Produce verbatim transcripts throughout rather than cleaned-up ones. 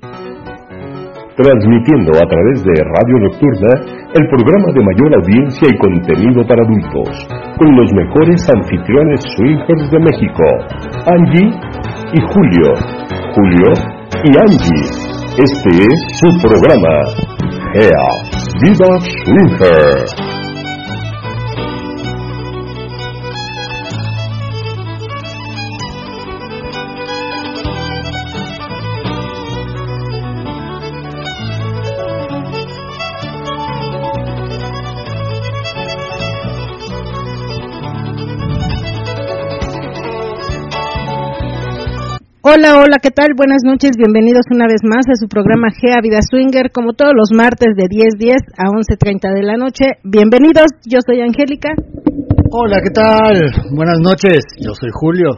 Transmitiendo a través de Radio Nocturna, el programa de mayor audiencia y contenido para adultos, con los mejores anfitriones swingers de México, Angie y Julio, Julio y Angie. Este es su programa, Gea, Vida Swinger. Hola, hola, ¿qué tal? Buenas noches, bienvenidos una vez más a su programa Gea Vida Swinger, como todos los martes de diez diez a once treinta de la noche. Bienvenidos, yo soy Angélica. Hola, ¿qué tal? Buenas noches, yo soy Julio.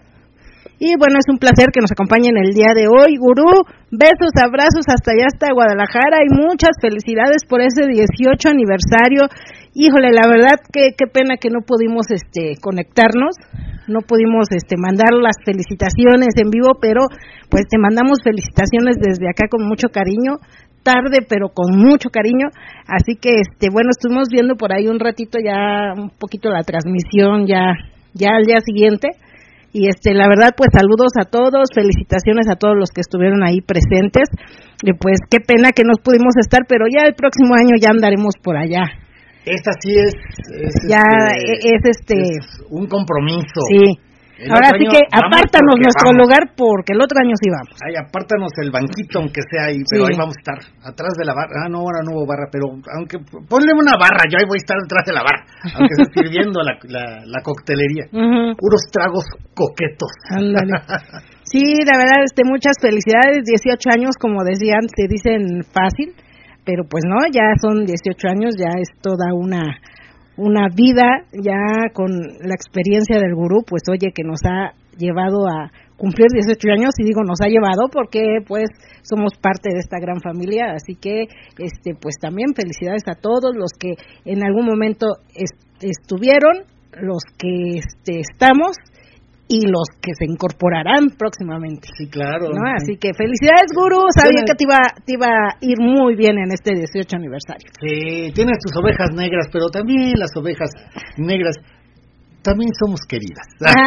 Y bueno, es un placer que nos acompañen el día de hoy, gurú. Besos, abrazos hasta allá, hasta Guadalajara, y muchas felicidades por ese dieciocho aniversario. Híjole, la verdad que qué pena que no pudimos este conectarnos, no pudimos este mandar las felicitaciones en vivo, pero pues te mandamos felicitaciones desde acá con mucho cariño, tarde pero con mucho cariño. Así que este bueno, estuvimos viendo por ahí un ratito ya un poquito la transmisión ya ya al día siguiente. Y este, la verdad, pues saludos a todos, felicitaciones a todos los que estuvieron ahí presentes. Y pues qué pena que no pudimos estar, pero ya el próximo año ya andaremos por allá. Esta sí es, es ya este, es este es un compromiso. Sí. El Ahora sí que apártanos nuestro vamos. lugar porque el otro año sí vamos. Ay, apártanos el banquito aunque sea ahí, pero sí. Ahí vamos a estar, atrás de la barra. Ah, no, ahora no hubo barra, pero aunque ponle una barra, yo ahí voy a estar detrás de la barra, aunque esté sirviendo la, la, la coctelería. Uh-huh. Puros tragos coquetos. Ándale. Sí, la verdad, este, muchas felicidades, dieciocho años, como decían, se dicen fácil, pero pues no, ya son dieciocho años, ya es toda una... una vida ya con la experiencia del gurú, pues oye, que nos ha llevado a cumplir dieciocho años, y digo nos ha llevado porque pues somos parte de esta gran familia, así que este pues también felicidades a todos los que en algún momento est- estuvieron, los que este estamos y los que se incorporarán próximamente. Sí, claro. ¿No? Así que felicidades, gurú. Sabía que te iba, te iba a ir muy bien en este dieciocho aniversario. Sí, tienes tus ovejas negras, pero también las ovejas negras también somos queridas.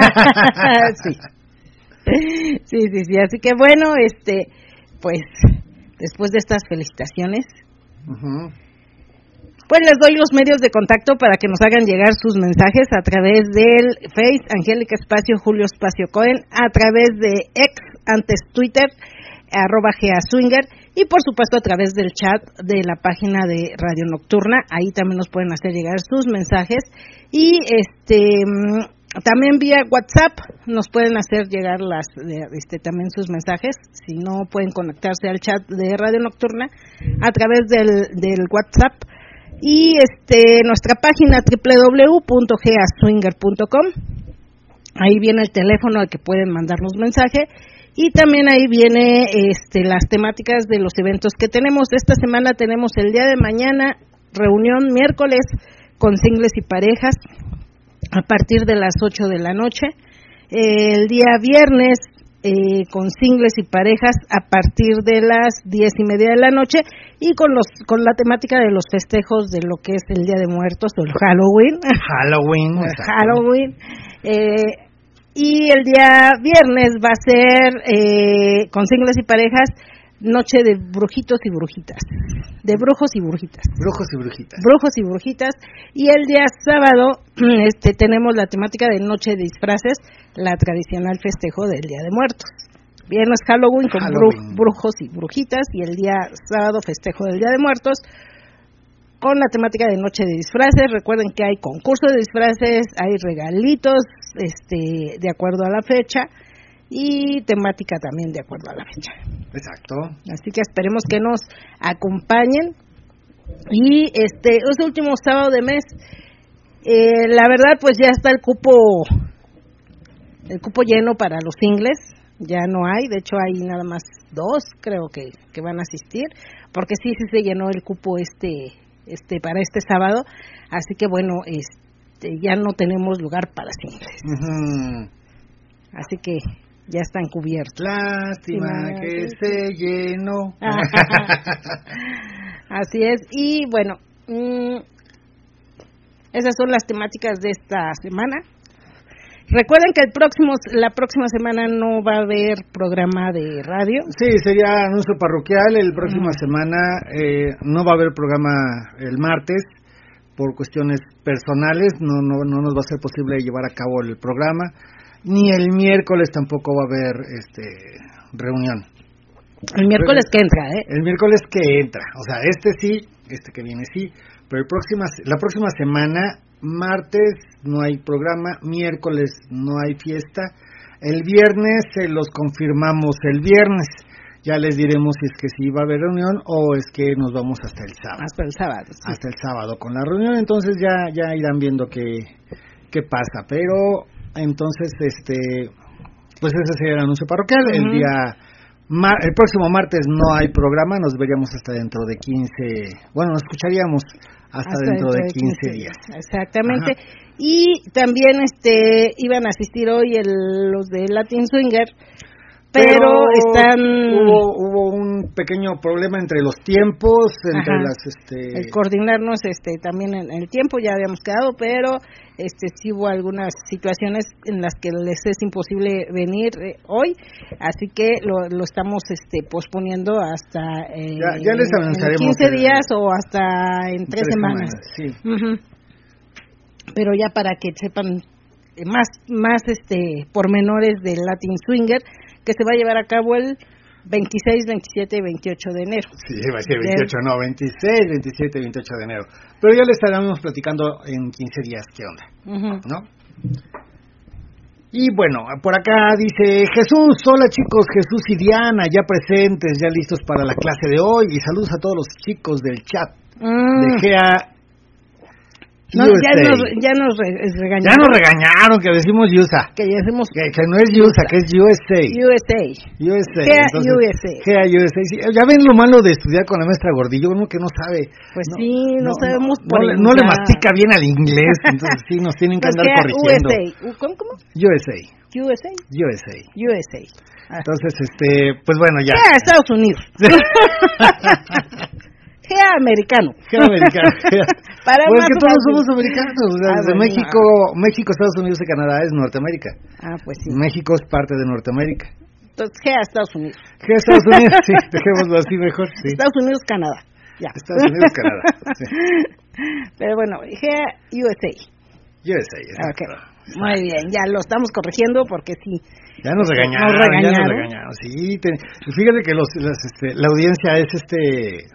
sí. sí, sí, sí. Así que bueno, este, pues, después de estas felicitaciones, uh-huh. pues les doy los medios de contacto para que nos hagan llegar sus mensajes a través del Face, Angélica Espacio, Julio Espacio Cohen, a través de X, antes Twitter, arroba Gea Swinger, y por supuesto a través del chat de la página de Radio Nocturna. Ahí también nos pueden hacer llegar sus mensajes, y este también vía WhatsApp nos pueden hacer llegar las este también sus mensajes. Si no pueden conectarse al chat de Radio Nocturna, a través del, del WhatsApp. Y este nuestra página doble u doble u doble u punto gea swinger punto com, ahí viene el teléfono al que pueden mandarnos mensaje, y también ahí viene este las temáticas de los eventos que tenemos. Esta semana tenemos el día de mañana reunión miércoles con singles y parejas a partir de las ocho de la noche, el día viernes Eh, con singles y parejas a partir de las diez y media de la noche, y con los con la temática de los festejos de lo que es el Día de Muertos o el Halloween. Halloween. el Halloween. Eh, y el día viernes va a ser eh, con singles y parejas noche de brujitos y brujitas, de brujos y brujitas. Brujos y brujitas. Brujos y brujitas. Y el día sábado este tenemos la temática de noche de disfraces, la tradicional festejo del Día de Muertos. Viernes Halloween con Halloween. brujos y brujitas, y el día sábado festejo del Día de Muertos con la temática de noche de disfraces. Recuerden que hay concurso de disfraces, hay regalitos este de acuerdo a la fecha, y temática también de acuerdo a la fecha. Exacto. Así que esperemos que nos acompañen. Y este, este último sábado de mes, eh, la verdad, pues ya está el cupo, el cupo lleno para los singles. Ya no hay, de hecho hay nada más dos, creo que, que van a asistir, porque sí, sí se llenó el cupo este, este para este sábado. Así que bueno, este, ya no tenemos lugar para singles. Uh-huh. Así que ya están cubiertos. Lástima sí, que sí. se llenó. Así es, y bueno, mmm, esas son las temáticas de esta semana. Recuerden que el próximo, la próxima semana no va a haber programa de radio. Sí, sería anuncio parroquial. El próxima mm. semana eh, no va a haber programa el martes por cuestiones personales. No, no, no nos va a ser posible llevar a cabo el programa. Ni el miércoles tampoco va a haber este reunión. El miércoles que entra, ¿eh? El miércoles que entra. O sea, este sí, este que viene sí. Pero el próxima, la próxima semana, martes no hay programa, miércoles no hay fiesta, el viernes se los confirmamos el viernes, ya les diremos si es que sí va a haber reunión o es que nos vamos hasta el sábado. Hasta el sábado. Sí. Hasta el sábado con la reunión, entonces ya ya irán viendo qué qué pasa, pero entonces este pues ese sería el anuncio parroquial. Uh-huh. El día Mar, el próximo martes no hay programa, nos veríamos hasta dentro de quince, bueno, nos escucharíamos hasta, hasta dentro, dentro de quince días. Exactamente. Ajá. Y también este iban a asistir hoy el, los de Latin Swinger, pero, pero están hubo hubo un pequeño problema entre los tiempos, entre Ajá. las este el coordinarnos este también en el tiempo, ya habíamos quedado, pero este sí hubo algunas situaciones en las que les es imposible venir eh, hoy, así que lo, lo estamos este posponiendo hasta eh, ya, ya les anunciaremos en quince días o hasta en tres, tres semanas, semanas sí. Uh-huh. Pero ya para que sepan más más este pormenores del Latin Swinger, que se va a llevar a cabo el veintiséis, veintisiete y veintiocho de enero. Sí, va a ser veintiocho, no, veintiséis, veintisiete y veintiocho de enero. Pero ya le estaremos platicando en quince días qué onda, uh-huh. ¿no? Y bueno, por acá dice Jesús, hola chicos, Jesús y Diana, ya presentes, ya listos para la clase de hoy. Y saludos a todos los chicos del chat mm. de G A No, ya nos, ya nos re, regañaron. Ya nos regañaron que decimos U S A. Que ya decimos que, que no es U S A, que es U S A. U S A. U S A. G A U S A. G A U S A. Sí, ya ven lo malo de estudiar con la maestra Gordillo, uno que no sabe. Pues no, sí, no, no sabemos no, no, no le mastica bien al inglés, entonces sí nos tienen que pues andar corrigiendo. U S A. ¿Cómo, cómo? U S A. U S A. U S A. U S A. Ah. Entonces, este, pues bueno, ya. G A Estados Unidos. G A americano. G A americano. Para pues que todos somos americanos. O sea, ah, desde bueno, México, ah. México, Estados Unidos y Canadá es Norteamérica. Ah, pues sí. México es parte de Norteamérica. Entonces, G A Estados Unidos. G A Estados Unidos, sí, dejémoslo así mejor. Sí. Estados Unidos, Canadá. Ya. Estados Unidos, Canadá. Sí. Pero bueno, G A U S A. U S A. Okay. Muy bien, ya lo estamos corrigiendo porque sí. Ya nos regañaron, nos regañaron. ya nos regañaron. Sí, te, fíjate que los, las, este, la audiencia es este.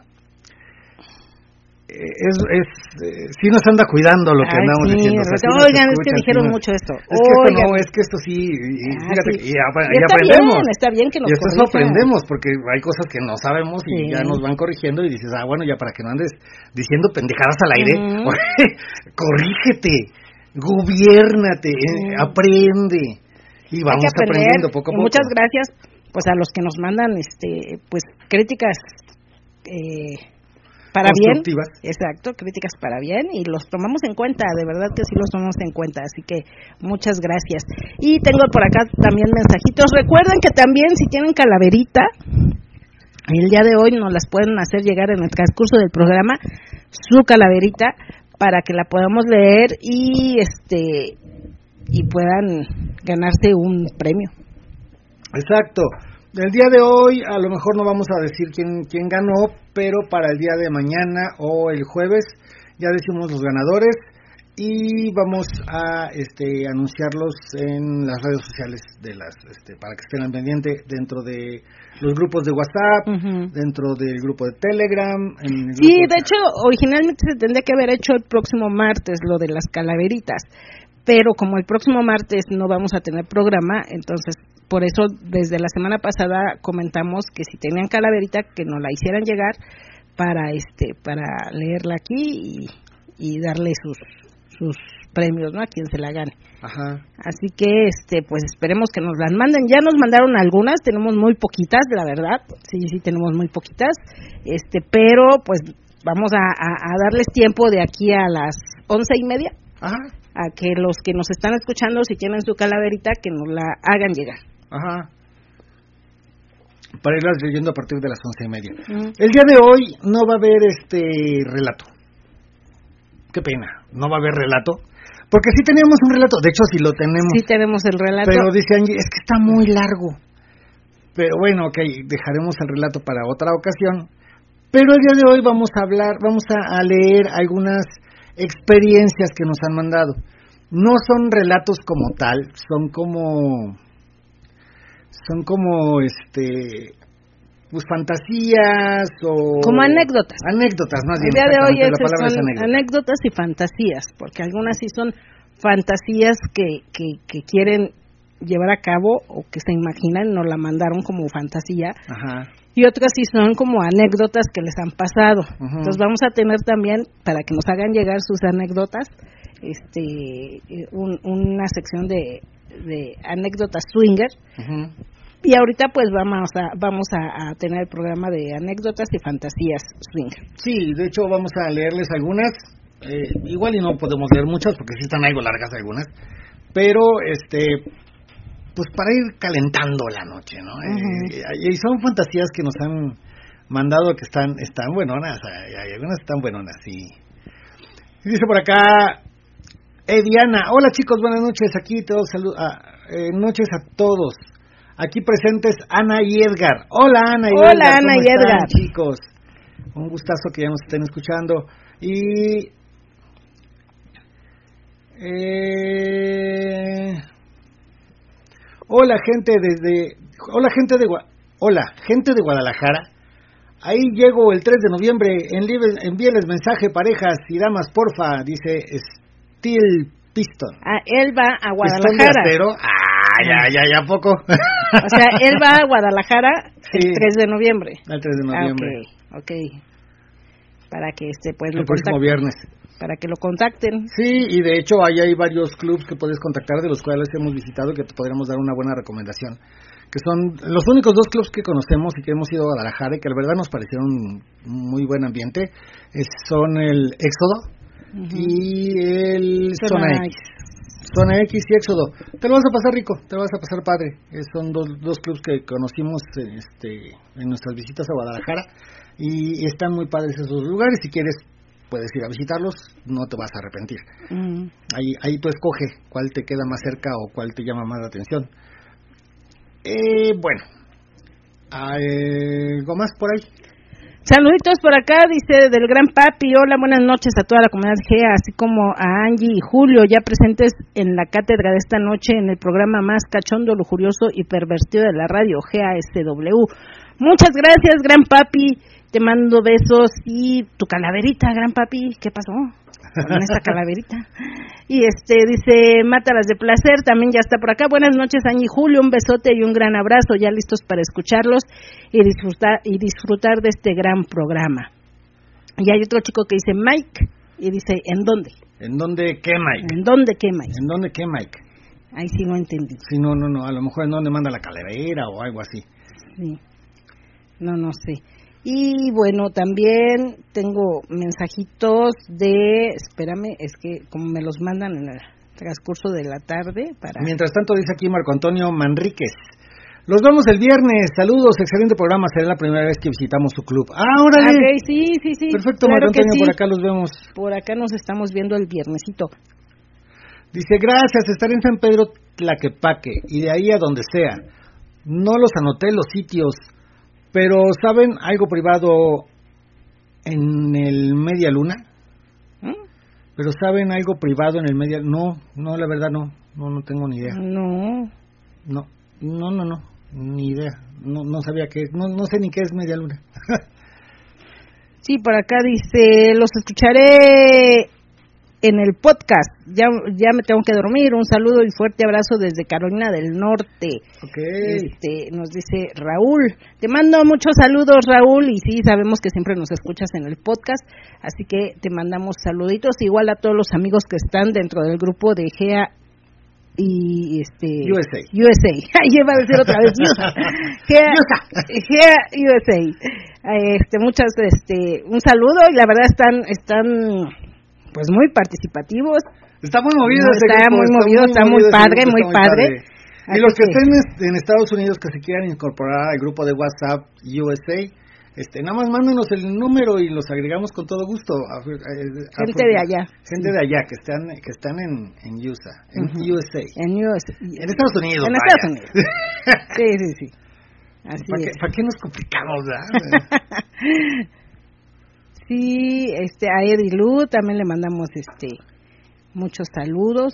Es, es, eh, sí nos anda cuidando lo que Ay, andamos sí, diciendo. O sea, sí oigan, escucha, es que dijeron sí, mucho esto. Es que esto no, es que esto sí, y, ah, fíjate, sí. y, y, y está aprendemos. Bien, está bien que nos y esto corrijan. aprendemos, porque hay cosas que no sabemos y sí. ya nos van corrigiendo y dices, ah, bueno, ya para que no andes diciendo pendejadas al aire, uh-huh. corrígete, gobiérnate, uh-huh. eh, aprende. Y vamos aprendiendo poco a poco. Y muchas gracias pues a los que nos mandan este pues críticas eh para bien, exacto, críticas para bien y los tomamos en cuenta, de verdad que sí los tomamos en cuenta, así que muchas gracias. Y tengo por acá también mensajitos, recuerden que también si tienen calaverita, el día de hoy nos las pueden hacer llegar en el transcurso del programa, su calaverita, para que la podamos leer y este y puedan ganarse un premio. Exacto. El día de hoy a lo mejor no vamos a decir quién quién ganó, pero para el día de mañana o el jueves ya decimos los ganadores y vamos a este anunciarlos en las redes sociales de las este para que estén al pendiente dentro de los grupos de WhatsApp, uh-huh. dentro del grupo de Telegram. En el sí, grupo de hecho originalmente se tendría que haber hecho el próximo martes lo de las calaveritas, pero como el próximo martes no vamos a tener programa, entonces por eso desde la semana pasada comentamos que si tenían calaverita que nos la hicieran llegar para este para leerla aquí y, y darle sus sus premios, ¿no? A quien se la gane. Ajá. Así que este pues esperemos que nos las manden. Ya nos mandaron algunas, tenemos muy poquitas, la verdad. Sí, sí tenemos muy poquitas. Este, pero pues vamos a, a, a darles tiempo de aquí a las once y media. Ajá. A que los que nos están escuchando, si tienen su calaverita, que nos la hagan llegar. Ajá. Para irlas leyendo a partir de las once y media. Uh-huh. El día de hoy no va a haber este relato. Qué pena, no va a haber relato. Porque sí teníamos un relato, de hecho sí lo tenemos. Sí tenemos el relato. Pero dice Angie, es que está muy largo. Pero bueno, ok, dejaremos el relato para otra ocasión. Pero el día de hoy vamos a hablar, vamos a, a leer algunas experiencias que nos han mandado. No son relatos como tal, son como... Son como, este... pues fantasías o... Como anécdotas. Anécdotas, más bien. El día de hoy es, son es anécdota. anécdotas y fantasías, porque algunas sí son fantasías que, que, que quieren llevar a cabo o que se imaginan, nos la mandaron como fantasía. Ajá. Y otras sí son como anécdotas que les han pasado. Uh-huh. Entonces vamos a tener también, para que nos hagan llegar sus anécdotas, este un, una sección de, de anécdotas swinger. Uh-huh. Y ahorita pues vamos a vamos a, a tener el programa de anécdotas y fantasías swinger. Sí, de hecho vamos a leerles algunas, eh, igual y no podemos leer muchas porque sí están algo largas algunas, pero este pues para ir calentando la noche, ¿no? Uh-huh. eh, y son fantasías que nos han mandado que están están buenonas, hay, hay algunas que están buenonas, sí. Y dice por acá Ediana, hola chicos, buenas noches, aquí todos saludos, ah, eh, noches a todos. Aquí presentes Ana y Edgar. Hola Ana y Hola, Edgar. Hola Ana y están, Edgar. Chicos, un gustazo que ya nos estén escuchando. Y eh, hola gente desde, hola gente de hola gente de Guadalajara. Ahí llego el tres de noviembre. Envíeles mensaje parejas y damas porfa. Dice Steel Piston. Ah, él va a Guadalajara. Pistón Ah, ya, ya, ya, poco. O sea, él va a Guadalajara sí, el tres de noviembre. El tres de noviembre. Ah, ok, ok. Para que este, pues, el lo próximo contacten. viernes. Para que lo contacten. Sí, y de hecho ahí hay varios clubs que puedes contactar, de los cuales hemos visitado, que te podríamos dar una buena recomendación. Que son los únicos dos clubs que conocemos y que hemos ido a Guadalajara y que la verdad nos parecieron un muy buen ambiente. Es, son el Éxodo uh-huh. y el Zona, Zona X. Zona X y Éxodo. Te lo vas a pasar rico, te lo vas a pasar padre. Es, son dos, dos clubs que conocimos este, en nuestras visitas a Guadalajara y, y están muy padres esos lugares. Si quieres, puedes ir a visitarlos, no te vas a arrepentir. Uh-huh. Ahí, ahí tú escoge cuál te queda más cerca o cuál te llama más la atención. Eh, bueno, ¿algo más por ahí? Saluditos por acá, dice del Gran Papi. Hola, buenas noches a toda la comunidad G A, así como a Angie y Julio, ya presentes en la cátedra de esta noche en el programa más cachondo, lujurioso y pervertido de la radio, G A S W. Muchas gracias, Gran Papi, te mando besos. Y tu calaverita, Gran Papi, ¿qué pasó con esta calaverita? Y este dice, mátalas de placer, también ya está por acá. Buenas noches, Angie y Julio, un besote y un gran abrazo, ya listos para escucharlos y disfrutar y disfrutar de este gran programa. Y hay otro chico que dice Mike y dice, ¿en dónde? ¿En dónde qué, Mike? ¿En dónde qué, Mike? ¿En dónde qué, Mike? Ahí sí no entendí. Sí, no, no, no, a lo mejor en dónde manda la calavera o algo así. Sí, no, no sé. Y bueno, también tengo mensajitos de, espérame, es que como me los mandan en el transcurso de la tarde para... Mientras tanto dice aquí Marco Antonio Manríquez, los vemos el viernes, saludos, excelente programa, será la primera vez que visitamos su club. ¡Ah, órale! Okay, sí, sí, sí. Perfecto, claro, Marco Antonio, sí. Por acá los vemos. Por acá nos estamos viendo el viernesito. Dice, gracias, estaré en San Pedro Tlaquepaque y de ahí a donde sea. No los anoté los sitios, pero ¿saben algo privado en el Media Luna? ¿Mm? ¿Pero saben algo privado en el Media Luna? No, no, la verdad no, no, no tengo ni idea. No. No, no, no, no, ni idea. No, no sabía qué es, no, no sé ni qué es Media Luna. Sí, por acá dice, los escucharé en el podcast. Ya ya me tengo que dormir. Un saludo y fuerte abrazo desde Carolina del Norte. Okay. Este, nos dice Raúl. Te mando muchos saludos, Raúl, y sí, sabemos que siempre nos escuchas en el podcast, así que te mandamos saluditos, igual a todos los amigos que están dentro del grupo de G A y este U S A. U S A. Ahí iba a decir otra vez U S A. G A, G A U S A. Este, muchas este, un saludo, y la verdad están están pues muy participativos. Está muy movido, no, ese está, grupo, muy está movido, muy está movido, muy padre, grupo, muy está padre. Muy padre. Y los que estén en Estados Unidos que se quieran incorporar al grupo de WhatsApp U S A, este, nada más mándenos el número y los agregamos con todo gusto. A, a, a, gente de allá. Gente sí. de allá que están que están en, en U S A, en uh-huh. U S A. En U S A. En Estados Unidos. En Estados Unidos. Sí, sí, sí. Así ¿Para, es. qué, ¿Para qué nos complicamos, verdad? Sí, este, a Eddie Lu también le mandamos este muchos saludos.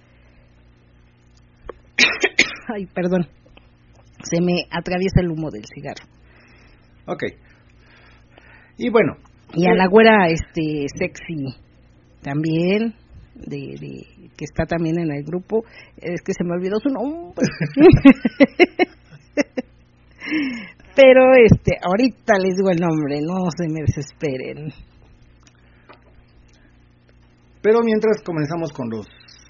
Ay, perdón. Se me atraviesa el humo del cigarro. Ok. Y bueno. Y a la güera este sexy también, de, de que está también en el grupo. Es que se me olvidó su nombre. Pero este, ahorita les digo el nombre, no se me desesperen. Pero mientras comenzamos con los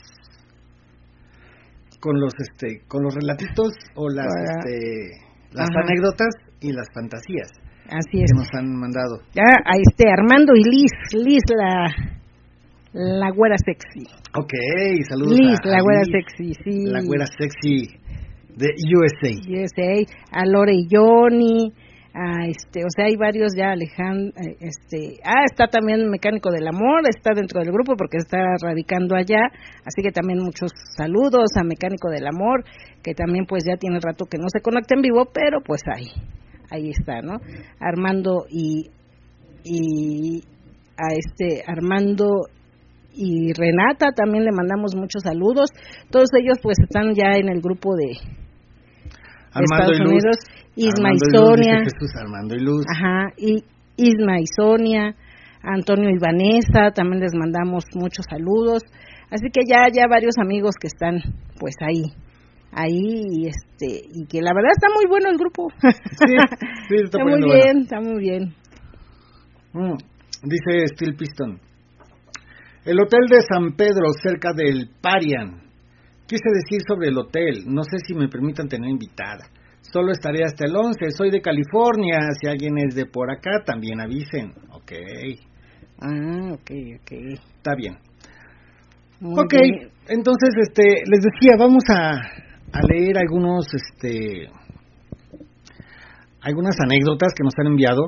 con los este con los relatitos o las Para... este las Ajá. anécdotas y las fantasías. Así es. Que nos han mandado. Ya, ahí este Armando y Liz, Liz la la güera sexy. Okay, saludos Liz, a, la a güera Liz, sexy, sí. La güera sexy de U S A. U S A, a Lore y Johnny, a este, o sea, hay varios ya, Alejandro, este, ah, está también Mecánico del Amor, está dentro del grupo porque está radicando allá, así que también muchos saludos a Mecánico del Amor, que también pues ya tiene rato que no se conecta en vivo, pero pues ahí, ahí está, ¿no? Armando y, y a este, Armando y Renata también le mandamos muchos saludos, todos ellos pues están ya en el grupo de Armando Estados Unidos, Isma Armando y Sonia, y Luz, Jesús, Armando y Luz. Ajá, y Isma y Sonia, Antonio y Vanessa, también les mandamos muchos saludos, así que ya ya varios amigos que están pues ahí, ahí y este y que la verdad está muy bueno el grupo. Sí, sí está, está muy bien, bueno. está muy bien. Mm, dice Steel Piston. El hotel de San Pedro cerca del Parian. Quise decir sobre el hotel, no sé si me permitan tener invitada. Solo estaré hasta el once, soy de California, si alguien es de por acá también avisen. Ok. Ah, ok, ok. Está bien. Muy ok, bien. Entonces, este, les decía, vamos a, a leer algunos, este, algunas anécdotas que nos han enviado.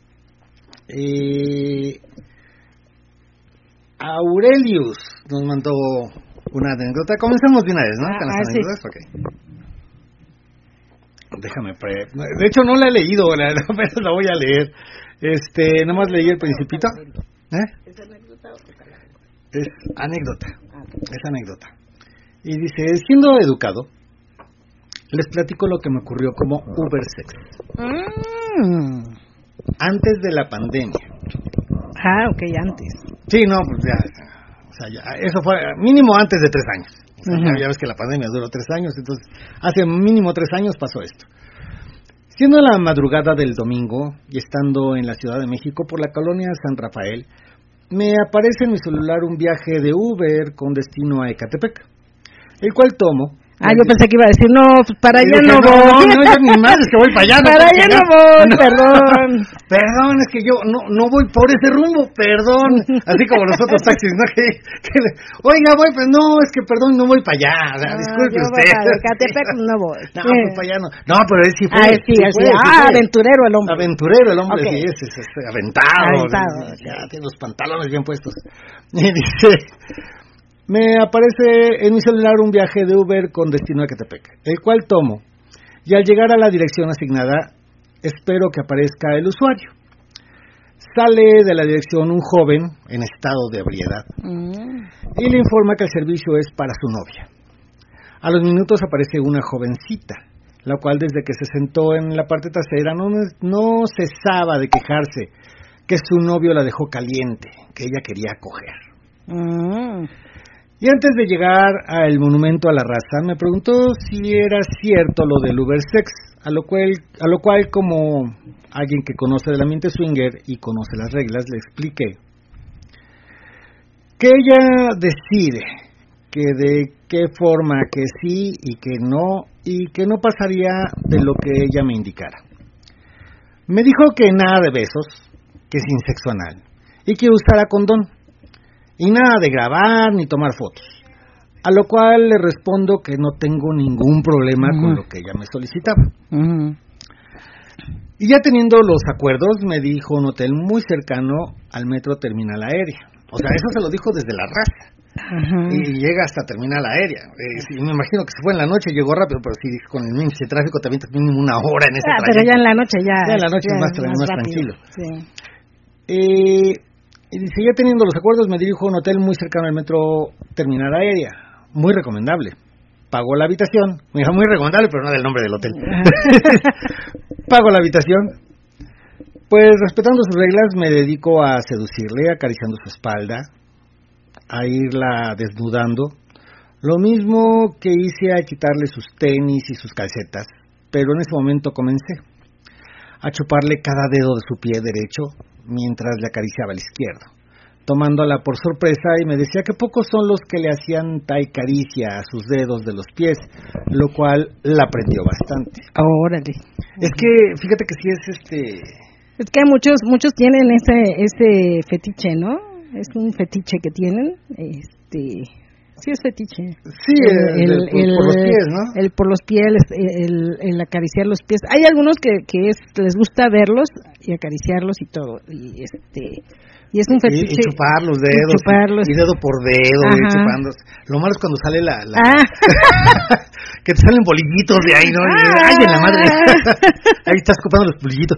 Eh, Aurelius nos mandó una anécdota. Comencemos de una vez, ¿no? Ah, Con las ah, anécdotas. Sí. Okay. Déjame pre... De hecho no la he leído, la, apenas la voy a leer. Este, nomás leí el principito. ¿Eh? ¿Es anécdota o qué tal? Es anécdota. Ah, okay. Es anécdota. Y dice, siendo educado, les platico lo que me ocurrió como Ubersex. Mm. Antes de la pandemia. Ah, ok, antes. Sí, no, pues ya... O sea, ya, eso fue mínimo antes de tres años. O sea, uh-huh. Ya ves que la pandemia duró tres años, entonces hace mínimo tres años pasó esto. Siendo la madrugada del domingo y estando en la Ciudad de México por la colonia San Rafael, me aparece en mi celular un viaje de Uber con destino a Ecatepec, el cual tomo. Ah, yo pensé que iba a decir, no, pues para allá no, no voy. No, no, yo ni más, es que voy para allá. Para allá no voy, no. perdón. Perdón, es que yo no no voy por ese rumbo, perdón. Así como los otros taxis, ¿no? Que, que le, oiga, voy, pero no, es que perdón, no voy para allá. O sea, no, disculpe yo usted. Para Ecatepec no voy. No, pues para allá no. No, pero él sí fue. Ah, sí, sí así. Fue, ah, sí aventurero el hombre. Aventurero el hombre, okay. sí, es, es, es aventado. Aventado. Ya tiene los pantalones bien puestos. Y dice... Me aparece en mi celular un viaje de Uber con destino a Ecatepec, el cual tomo, y al llegar a la dirección asignada, espero que aparezca el usuario. Sale de la dirección un joven en estado de ebriedad, mm. y le informa que el servicio es para su novia. A los minutos aparece una jovencita, la cual desde que se sentó en la parte trasera no, no cesaba de quejarse que su novio la dejó caliente, que ella quería coger. Mm. Y antes de llegar al monumento a la raza, me preguntó si era cierto lo del Ubersex, a lo cual, a lo cual como alguien que conoce del ambiente swinger y conoce las reglas, le expliqué que ella decide que de qué forma que sí y que no, y que no pasaría de lo que ella me indicara. Me dijo que nada de besos, que sin sexo anal, y que usara condón. Y nada de grabar ni tomar fotos. A lo cual le respondo que no tengo ningún problema uh-huh. con lo que ella me solicitaba. Uh-huh. Y ya teniendo los acuerdos, me dijo un hotel muy cercano al metro Terminal Aérea. O sea, eso se lo dijo desde la raza. Uh-huh. Y llega hasta Terminal Aérea. Eh, sí, me imagino que se fue en la noche, llegó rápido, pero sí, con el índice de tráfico también mínimo una hora en ese ah, trayecto. Pero ya en la noche ya. Ya en la noche ya es más, es más, más tranquilo. Sí. Eh, y dice, ya teniendo los acuerdos, me dirijo a un hotel muy cercano al metro Terminal Aérea. Muy recomendable. Pagó la habitación. Me dijo muy recomendable, pero no del nombre del hotel. Pago la habitación. Pues respetando sus reglas, me dedico a seducirle, acariciando su espalda, a irla desnudando. Lo mismo que hice a quitarle sus tenis y sus calcetas, pero en ese momento comencé a chuparle cada dedo de su pie derecho mientras le acariciaba el izquierdo, tomándola por sorpresa, y me decía que pocos son los que le hacían tal caricia a sus dedos de los pies, lo cual la prendió bastante. Órale. Es que, fíjate que sí es este... Es que muchos muchos tienen ese ese fetiche, ¿no? Es un fetiche que tienen, este... Sí, es fetiche. Sí, el, el, el, por, el, por los pies, ¿no? El por los pies, el, el acariciar los pies. Hay algunos que, que es, les gusta verlos y acariciarlos y todo. Y este... Y es un fetiche. Y, y chupar los dedos. Y, chuparlos. y dedo por dedo, y chupando. Lo malo es cuando sale la... la ah. que te salen bolillitos de ahí, ¿no? Ah. ¡Ay, en la madre! Ahí estás chupando los bolillitos.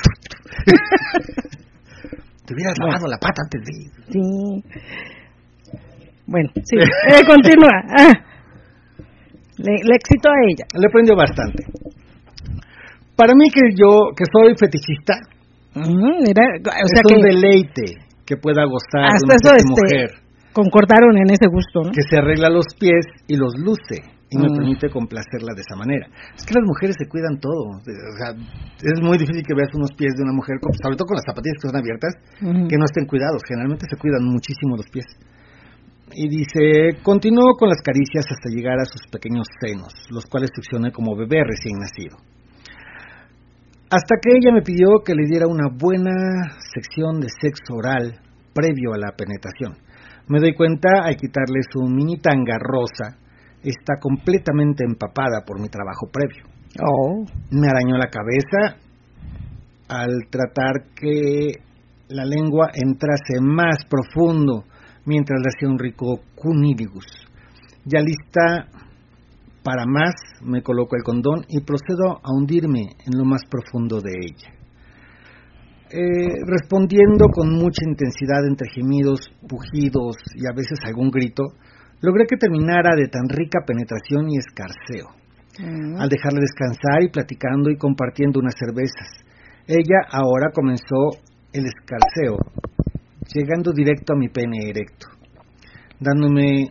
Te hubieras bueno. lavado la pata antes de... Sí. Bueno, sí. Eh, continúa. Ah. Le, le excitó a ella. Le prendió bastante. Para mí que yo, que soy fetichista... Mm, era, o sea es que un deleite que pueda gozar hasta de una eso, este, mujer. Concordaron en ese gusto, ¿no? Que se arregla los pies y los luce y mm. me permite complacerla de esa manera. Es que las mujeres se cuidan todo. O sea, es muy difícil que veas unos pies de una mujer, sobre todo con las zapatillas que son abiertas, mm. que no estén cuidados. Generalmente se cuidan muchísimo los pies. Y dice, continuó con las caricias hasta llegar a sus pequeños senos, los cuales succioné como bebé recién nacido. Hasta que ella me pidió que le diera una buena sección de sexo oral previo a la penetración. Me doy cuenta al quitarle su mini tanga rosa, está completamente empapada por mi trabajo previo. Oh. Me arañó la cabeza al tratar que la lengua entrase más profundo mientras le hacía un rico cunnilingus. Ya lista para más, me coloco el condón y procedo a hundirme en lo más profundo de ella. Eh, respondiendo con mucha intensidad entre gemidos, pujidos y a veces algún grito, logré que terminara de tan rica penetración y escarceo. Uh-huh. Al dejarle descansar y platicando y compartiendo unas cervezas, ella ahora comenzó el escarceo, llegando directo a mi pene erecto, dándome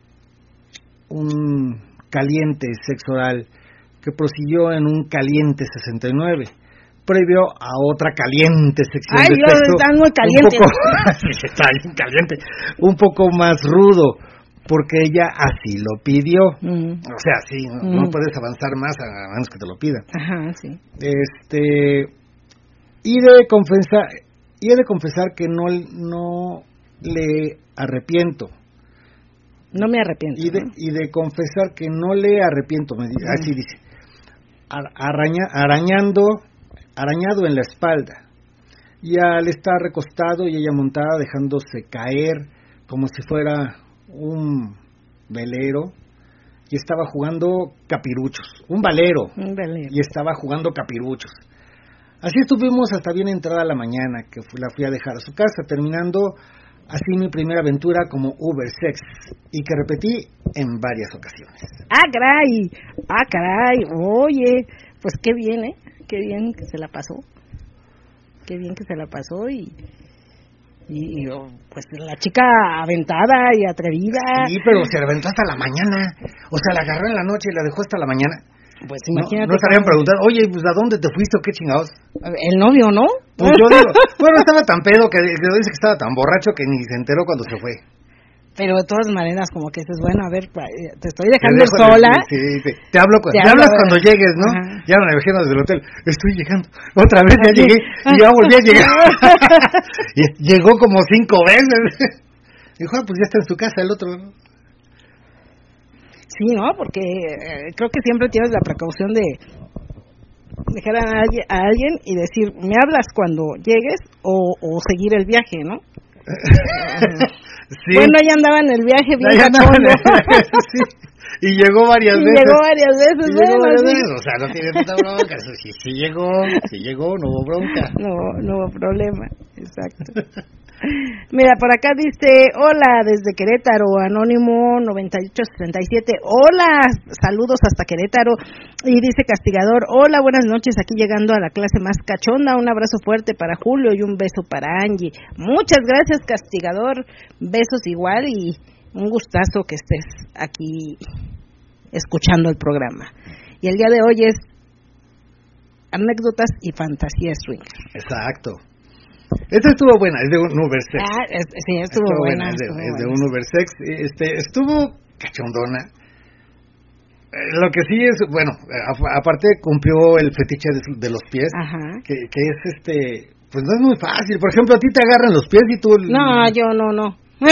un caliente sexo oral que prosiguió en un caliente sesenta y nueve, previo a otra caliente sección Ay, de Dios, sexo. Están muy calientes. Un poco, está bien caliente, un poco más rudo, porque ella así lo pidió. Mm. O sea, sí, no, mm. no puedes avanzar más a menos que te lo pidan. Ajá, sí. Este, y de confesar, y he de confesar que no, no le arrepiento. No me arrepiento. Y de, ¿no? y de confesar que no le arrepiento, me dice, así dice, araña, arañando, arañado en la espalda. Y al estar recostado y ella montada, dejándose caer como si fuera un velero, y estaba jugando capiruchos, un valero, un valero. Y estaba jugando capiruchos. Así estuvimos hasta bien entrada la mañana, que fui, la fui a dejar a su casa, terminando así mi primera aventura como Uber Sex, y que repetí en varias ocasiones. ¡Ah, caray! ¡Ah, caray! Oye, pues qué bien, ¿eh? Qué bien que se la pasó. Qué bien que se la pasó y... Y, y pues la chica aventada y atrevida. Sí, pero se aventó hasta la mañana. O sea, la agarró en la noche y la dejó hasta la mañana. Pues imagínate. No, no estarían preguntando, oye, pues ¿a dónde te fuiste o qué chingados? El novio, ¿no? Pues yo digo, bueno, estaba tan pedo que, que dice que estaba tan borracho que ni se enteró cuando se fue. Pero de todas maneras, como que dices, bueno, a ver, te estoy dejando te sola. Sí, sí, sí, te hablo, te, te hablas hablo, cuando llegues, ¿no? Ajá. Ya me imagino desde el hotel, estoy llegando. Otra vez ya Así. llegué y ya volví a llegar. Y llegó como cinco veces. Dijo, ah, pues ya está en su casa el otro. Sí, ¿no? Porque eh, creo que siempre tienes la precaución de dejar a alguien, a alguien y decir, me hablas cuando llegues o, o seguir el viaje, ¿no? Sí. Bueno, ella andaba en el viaje bien cachondo. Sí. Y llegó varias y veces. Llegó varias veces, y bueno, llegó varias sí. veces. O sea, no tiene tanta bronca. Sí, sí llegó, sí llegó, no hubo bronca. No, no hubo problema, exacto. Mira, por acá dice, hola, desde Querétaro, Anónimo noventa y ocho sesenta y siete, hola, saludos hasta Querétaro, y dice Castigador, hola, buenas noches, aquí llegando a la clase más cachonda, un abrazo fuerte para Julio y un beso para Angie. Muchas gracias, Castigador, besos igual y un gustazo que estés aquí escuchando el programa. Y el día de hoy es anécdotas y fantasía swinger. Exacto. Esta estuvo buena, es de un Ubersex. Ah, es, sí, estuvo, estuvo buena. buena es de, estuvo es de un Ubersex. Este, estuvo cachondona. Eh, lo que sí es, bueno, a, aparte cumplió el fetiche de, de los pies. Ajá. Que, que es este, pues no es muy fácil. Por ejemplo, a ti te agarran los pies y tú. No, yo no, no.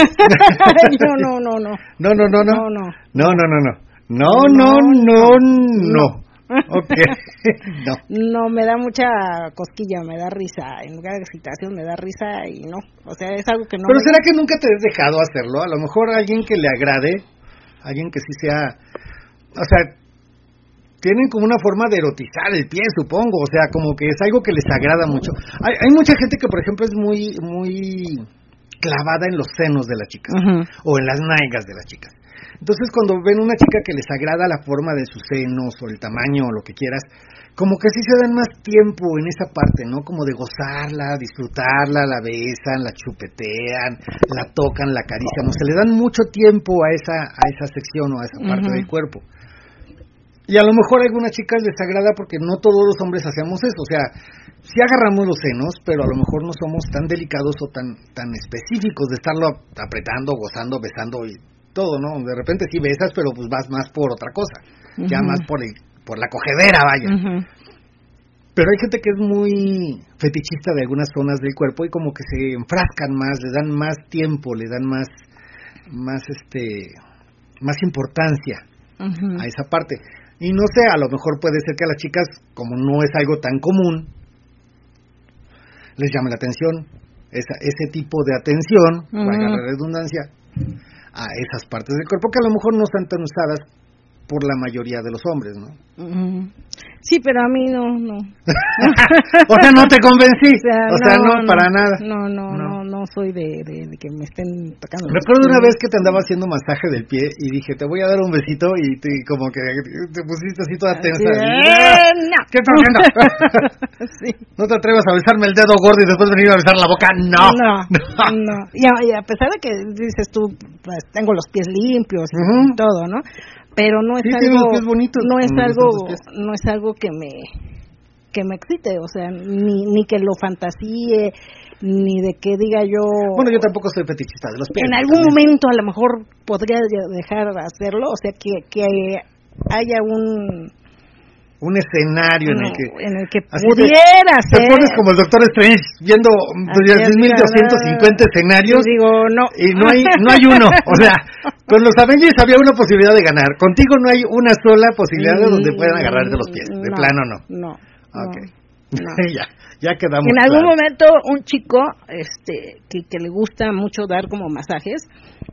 yo no, no, no. No, no, no, no. No, no. No, no, no, no. No, no, no, no. no. Okay. No. No, me da mucha cosquilla, me da risa, en lugar de excitación me da risa y no, o sea, es algo que no. Pero me ¿será da? que nunca te has dejado hacerlo? A lo mejor alguien que le agrade, alguien que sí sea, o sea, tienen como una forma de erotizar el pie, supongo, o sea, como que es algo que les agrada mucho. Hay, hay mucha gente que, por ejemplo, es muy, muy clavada en los senos de las chicas, uh-huh. o en las nalgas de las chicas. Entonces, cuando ven una chica que les agrada la forma de sus senos o el tamaño o lo que quieras, como que sí se dan más tiempo en esa parte, ¿no? Como de gozarla, disfrutarla, la besan, la chupetean, la tocan, la acarician, o sea, le dan mucho tiempo a esa a esa sección o a esa parte uh-huh. del cuerpo. Y a lo mejor a algunas chicas les agrada porque no todos los hombres hacemos eso, o sea, sí agarramos los senos, pero a lo mejor no somos tan delicados o tan tan específicos de estarlo apretando, gozando, besando y todo, ¿no? De repente sí besas, pero pues vas más por otra cosa, uh-huh. ya más por el, por la cogedera, vaya. Uh-huh. Pero hay gente que es muy fetichista de algunas zonas del cuerpo y como que se enfrascan más, le dan más tiempo, le dan más, más este, más importancia uh-huh. a esa parte. Y no sé, a lo mejor puede ser que a las chicas, como no es algo tan común, les llame la atención, esa, ese tipo de atención, uh-huh. valga la redundancia, a esas partes del cuerpo que a lo mejor no están tan usadas por la mayoría de los hombres, ¿no? Uh-huh. Sí, pero a mí no, no. O sea, no te convencí. O sea, o sea no, no, para nada. No, no, no, no, no soy de, de, de que me estén tocando. Recuerdo una vez que te andaba haciendo masaje del pie y dije, te voy a dar un besito y te, como que te pusiste así toda tensa. Sí, eh, no. ¿Qué estás haciendo? Sí. No te atrevas a besarme el dedo gordo y después venir a besar la boca. No. No, no. no. Y, a, y a pesar de que dices tú, pues, tengo los pies limpios y uh-huh. todo, ¿no? Pero no es sí, algo bonitos, no es algo no es algo que me que me excite, o sea, ni ni que lo fantasíe, ni de que diga yo. Bueno, yo tampoco soy fetichista de los pies. En algún también. momento a lo mejor podría dejar de hacerlo, o sea, que que haya un un escenario no, en el que en el que pudiera te, ser. Te pones como el Doctor Strange viendo diez mil doscientos cincuenta escenarios y digo, no. y no hay no hay uno, o sea, con los Avengers había una posibilidad de ganar, contigo no hay una sola posibilidad de donde puedan agarrarte los pies, de no, plano no. No. Okay. No. ya, ya quedamos. En algún claro. momento un chico este que, que le gusta mucho dar como masajes.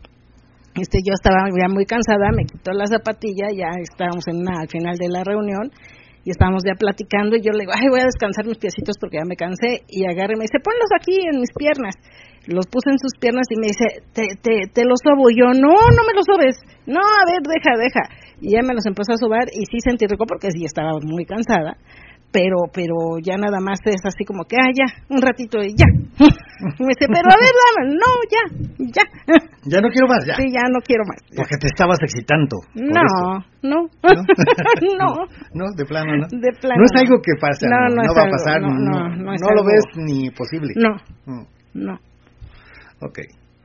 Este, yo estaba ya muy cansada, me quitó la zapatilla, ya estábamos en una, al final de la reunión y estábamos ya platicando y yo le digo, ay, voy a descansar mis piecitos porque ya me cansé, y agarré y me dice, ponlos aquí en mis piernas. Los puse en sus piernas y me dice, te, te, te los sobo. Yo, no, no me los sobes, no, a ver, deja, deja. Y ya me los empezó a sobar y sí sentí rico porque sí estaba muy cansada. Pero, pero ya nada más es así como que, ah, ya, un ratito y ya. Me dice, pero a ver, dame, no, ya, ya. Ya no quiero más, ya. Sí, ya no quiero más. Ya. Porque te estabas excitando. No, no, no, no. No, de plano, ¿no? De plano. No es algo que pasa, no, no, no, no va algo, a pasar, no, no, no, no, no es lo algo... ves ni posible. No, mm. no. Ok.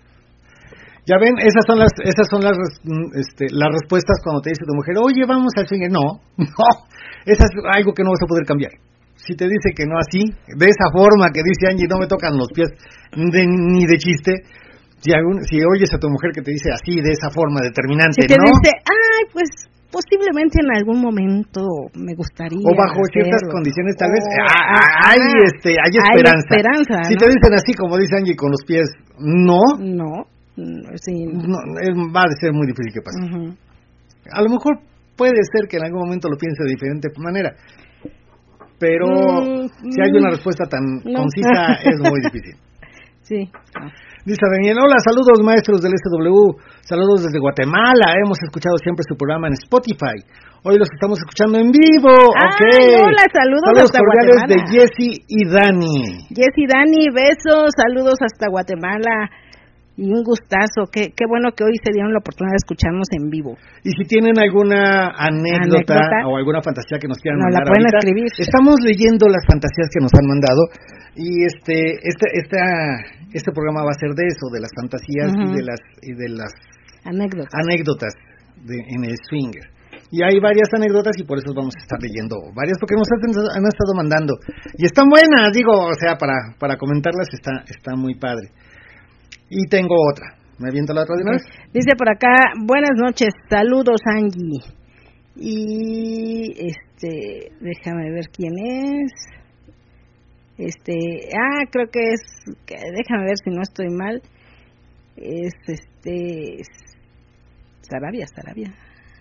Ya ven, esas son las esas son las este, las respuestas cuando te dice tu mujer, oye, vamos al swinger. No, no, eso es algo que no vas a poder cambiar. Si te dice que no así, de esa forma que dice Angie, no me tocan los pies de, ni de chiste, Si, algún, si oyes a tu mujer que te dice así, de esa forma determinante, si te ¿no? dice, ay, pues posiblemente en algún momento me gustaría o bajo hacerlo. ciertas condiciones tal vez oh, ah, hay ah, este hay esperanza, hay esperanza si ¿no? te dicen así como dice Angie con los pies no no, sí. no es, va a ser muy difícil que pase. Uh-huh. A lo mejor puede ser que en algún momento lo piense de diferente manera, pero mm, si hay una respuesta tan no. concisa es muy difícil. Sí. No. Dice Daniel, hola, saludos maestros del S W, saludos desde Guatemala, hemos escuchado siempre su programa en Spotify, hoy los estamos escuchando en vivo. Ah, okay. Hola, saludos, saludos hasta cordiales Guatemala. De Jessy y Dani. Jessy y Dani, besos, saludos hasta Guatemala. Y un gustazo, qué, qué bueno que hoy se dieron la oportunidad de escucharnos en vivo. Y si tienen alguna anécdota, ¿Anécdota? o alguna fantasía que nos quieran no, mandar la pueden ahorita, escribir. Estamos leyendo las fantasías que nos han mandado y este este esta, este programa va a ser de eso, de las fantasías uh-huh. y de las y de las anécdotas, anécdotas de, en el swinger. Y hay varias anécdotas y por eso vamos a estar leyendo varias porque nos han, han estado mandando y están buenas, digo, o sea, para para comentarlas está está muy padre. Y tengo otra. ¿Me aviento la otra de una vez? Dice por acá, buenas noches, saludos Angie. Y este, déjame ver quién es. Este, ah, creo que es, déjame ver si no estoy mal. Es este, Sarabia, Sarabia.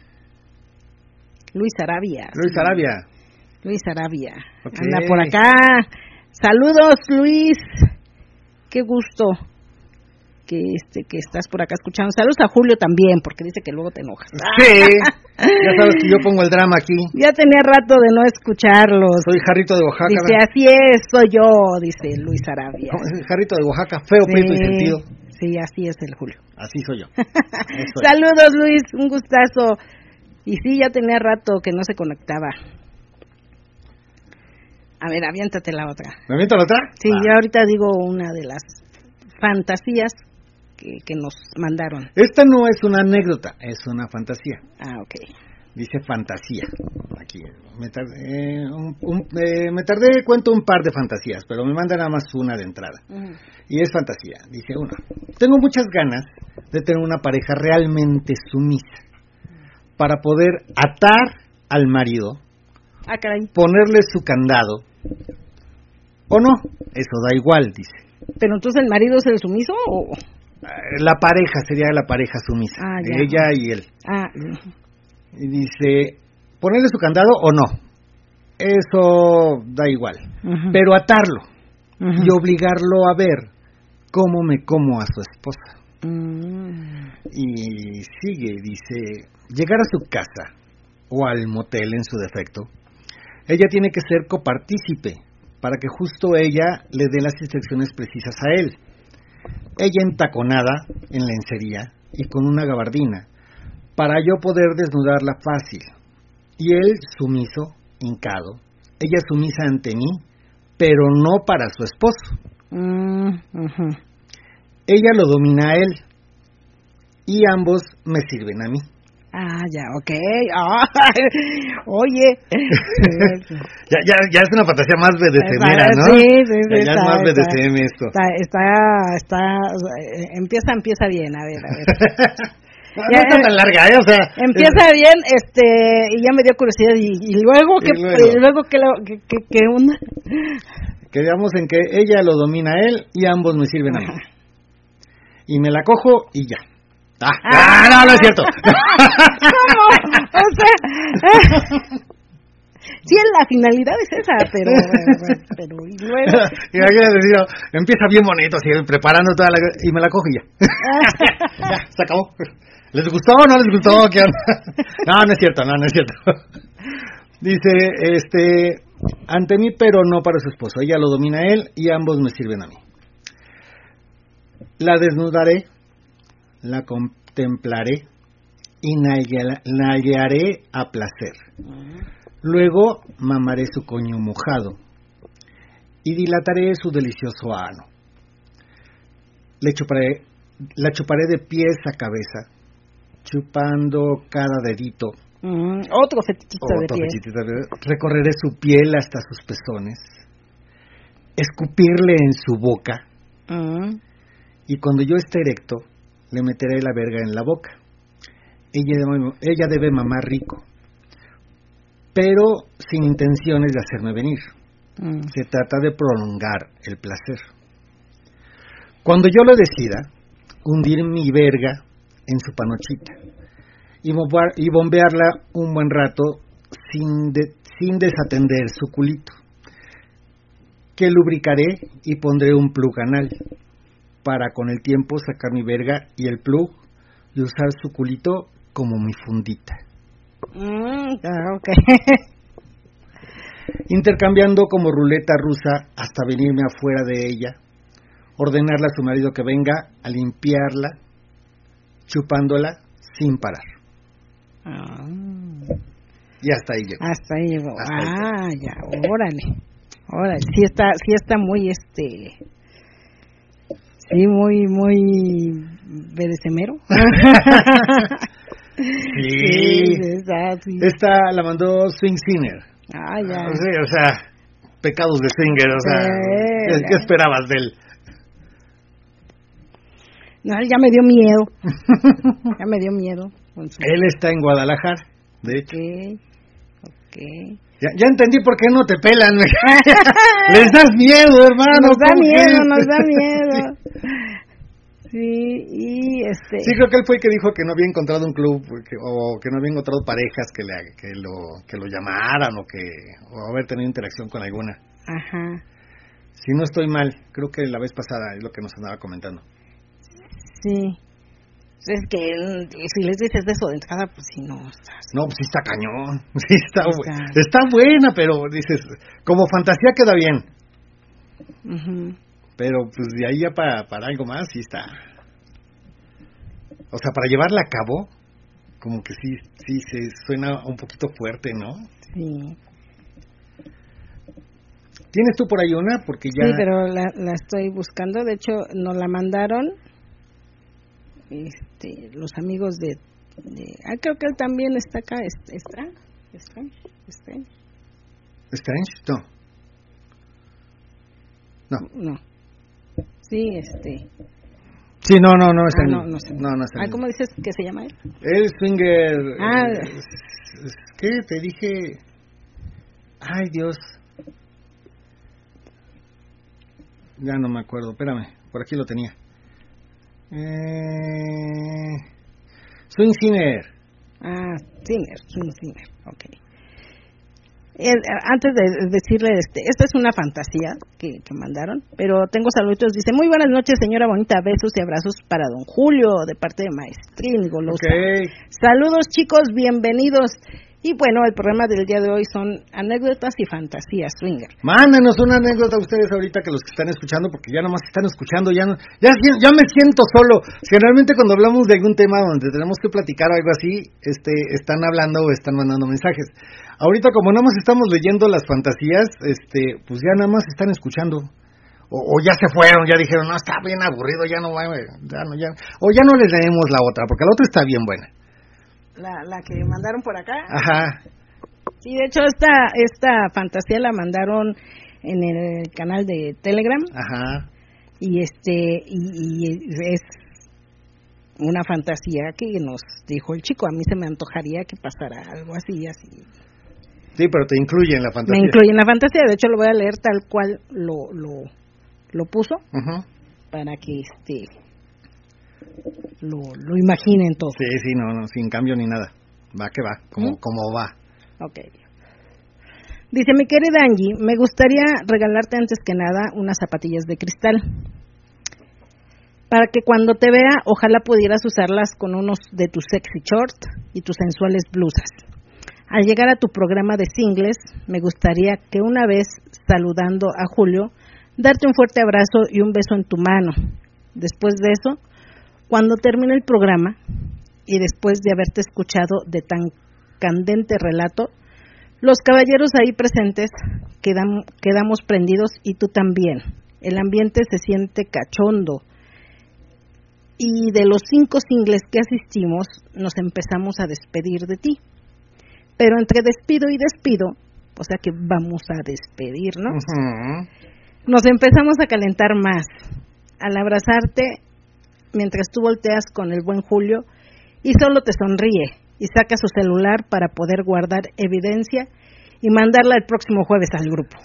Luis Sarabia. Luis Sarabia. Luis Sarabia. Okay. Anda por acá. Saludos Luis. Qué gusto. que este que estás por acá escuchando. Saludos a Julio también, porque dice que luego te enojas. Sí, ya sabes que yo pongo el drama aquí. Ya tenía rato de no escucharlos. Soy Jarrito de Oaxaca. Dice, así es, soy yo, dice Luis Arabia. Jarrito de Oaxaca, feo, sí, prieto y sentido. Sí, así es el Julio. Así soy yo. Soy. Saludos Luis, un gustazo. Y sí, ya tenía rato que no se conectaba. A ver, aviéntate la otra. ¿Me aviento la otra? Sí, ah. yo ahorita digo una de las fantasías que, que nos mandaron. Esta no es una anécdota, es una fantasía. Ah, ok. Dice fantasía. Aquí me tardé, eh, un, un, eh, me tardé, cuento un par de fantasías, pero me manda nada más una de entrada. Uh-huh. Y es fantasía. Dice uno, tengo muchas ganas de tener una pareja realmente sumisa para poder atar al marido, ah, caray. ponerle su candado, o no, eso da igual, dice. ¿Pero entonces el marido es el sumiso o...? La pareja, sería la pareja sumisa, ah, ella y él. Ah, y dice, ponerle su candado o no, eso da igual, uh-huh. pero atarlo uh-huh. y obligarlo a ver cómo me como a su esposa. Uh-huh. Y sigue, dice, llegar a su casa o al motel en su defecto, ella tiene que ser copartícipe para que justo ella le dé las instrucciones precisas a él. Ella entaconada en lencería y con una gabardina, para yo poder desnudarla fácil. Y él sumiso, hincado, ella sumisa ante mí, pero no para su esposo. Uh-huh. Ella lo domina a él, y ambos me sirven a mí. Ah, ya, ok. Oh, oye. ya, ya, ya es una fantasía más B D S M-era, ¿no? Sí, sí, sí. Ya, ya está, es más B D S M está, esto. Está, está, está, empieza, empieza bien, a ver, a ver. no, ya, no está tan larga, ¿eh? O sea. Empieza es... bien, este, y ya me dio curiosidad, y, y luego, ¿qué, y luego, y luego ¿qué, qué, qué, qué onda? Quedamos en que ella lo domina a él, y ambos me sirven a mí. Y me la cojo, y ya. Ah, ah, no, no es cierto. ¿Cómo? O sea, sí, la finalidad es esa, pero, pero y luego. Imagínate, decir, empieza bien bonito, así, preparando toda la, y me la cojo y ya. ya, ya, se acabó. ¿Les gustó o no les gustó? ¿Qué onda? No, no es cierto, no, no es cierto. Dice, este, ante mí, pero no para su esposo. Ella lo domina a él y ambos me sirven a mí. La desnudaré, la contemplaré y nalguearé a placer. Uh-huh. Luego mamaré su coño mojado y dilataré su delicioso ano. Le chuparé, la chuparé de pies a cabeza, chupando cada dedito. Uh-huh. Otro fetichito de pies. Recorreré su piel hasta sus pezones, escupirle en su boca. Uh-huh. y cuando yo esté erecto, le meteré la verga en la boca. Ella debe, ella debe mamar rico, pero sin intenciones de hacerme venir. Mm. Se trata de prolongar el placer. Cuando yo lo decida, hundir mi verga en su panochita y, bombear, y bombearla un buen rato sin, de, sin desatender su culito, que lubricaré y pondré un plug anal para con el tiempo sacar mi verga y el plug y usar su culito como mi fundita. Mm, ok. Intercambiando como ruleta rusa hasta venirme afuera de ella, ordenarle a su marido que venga a limpiarla, chupándola sin parar. Ah. Y hasta ahí llegó. Hasta ahí llegó. Hasta ah, ahí ya, órale. Órale, sí está, sí está muy, este, sí, muy, muy bedecemero. Sí. Sí, está, sí. Esta la mandó Swing Sinner. Ah, ya. Sí, o sea, pecados de swinger, o sea, sí, ¿qué, ¿qué esperabas de él? No, él ya me dio miedo. Ya me dio miedo. Su... Él está en Guadalajara, de hecho. Ok, ok. Ya, ya entendí por qué no te pelan. Les das miedo, hermano. Nos da miedo, nos da miedo. Sí, y este... Sí, creo que él fue el que dijo que no había encontrado un club que, o que no había encontrado parejas que, le, que, lo, que lo llamaran o que o haber tenido interacción con alguna. Ajá. Si no estoy mal, creo que la vez pasada es lo que nos andaba comentando. Sí. Es que si les dices de eso de entrada, pues si no... Está no, pues sí está cañón. Sí está, está... está buena, pero dices, como fantasía queda bien. Uh-huh. Pero pues de ahí ya para, para algo más sí está. O sea, para llevarla a cabo, como que sí, sí se suena un poquito fuerte, ¿no? Sí. ¿Tienes tú por ahí una? Porque ya... Sí, pero la, la estoy buscando. De hecho, nos la mandaron este, los amigos de, de... Ah, creo que él también está acá. ¿Strange? ¿Strange? ¿Strange? ¿Strange? No. No. No. Sí, este... Sí, no, no, no está ah, en... no, no, sé. no, no está ah, en... ¿cómo dices que se llama él? El swinger... Ah. Eh, ¿Qué? Te dije... Ay, Dios... Ya no me acuerdo, espérame, por aquí lo tenía. Eh... Swing Sinner. Ah, Sinner, Swing Sinner, ok. Eh, antes de decirle, este, esta es una fantasía que, que mandaron, pero tengo saludos. Dice, muy buenas noches, señora bonita, besos y abrazos para don Julio, de parte de Maestrín y Golosa. Okay. Saludos, chicos, bienvenidos. Y bueno, el programa del día de hoy son anécdotas y fantasías swinger. Mándenos una anécdota a ustedes ahorita, que los que están escuchando, porque ya nomás están escuchando, ya no, ya, ya me siento solo. Generalmente cuando hablamos de algún tema donde tenemos que platicar o algo así, este, están hablando o están mandando mensajes. Ahorita como nada más estamos leyendo las fantasías, este, pues ya nada más están escuchando. O, o ya se fueron, ya dijeron, no, está bien aburrido, ya no va, ya no, ya, o ya no les leemos la otra, porque la otra está bien buena. La, la que mandaron por acá. Ajá. Sí, de hecho esta esta fantasía la mandaron en el canal de Telegram. Ajá. Y este y, y es una fantasía que nos dijo el chico. A mí se me antojaría que pasara algo así, así. Sí, pero te incluye en la fantasía. Me incluye en la fantasía. De hecho lo voy a leer tal cual lo lo lo puso. Ajá. Para que este Lo, lo imaginen todo. Sí, sí, no, no, sin cambio ni nada. Va que va, como, ¿Mm? como va. Ok. Dice, mi querida Angie, me gustaría regalarte antes que nada unas zapatillas de cristal. Para que cuando te vea, ojalá pudieras usarlas con unos de tus sexy shorts y tus sensuales blusas. Al llegar a tu programa de singles, me gustaría que una vez, saludando a Julio, darte un fuerte abrazo y un beso en tu mano. Después de eso, cuando termine el programa y después de haberte escuchado de tan candente relato, los caballeros ahí presentes quedam, quedamos prendidos y tú también. El ambiente se siente cachondo y de los cinco singles que asistimos nos empezamos a despedir de ti. Pero entre despido y despido, o sea que vamos a despedirnos, uh-huh. nos empezamos a calentar más. Al abrazarte mientras tú volteas con el buen Julio y solo te sonríe y saca su celular para poder guardar evidencia y mandarla el próximo jueves al grupo.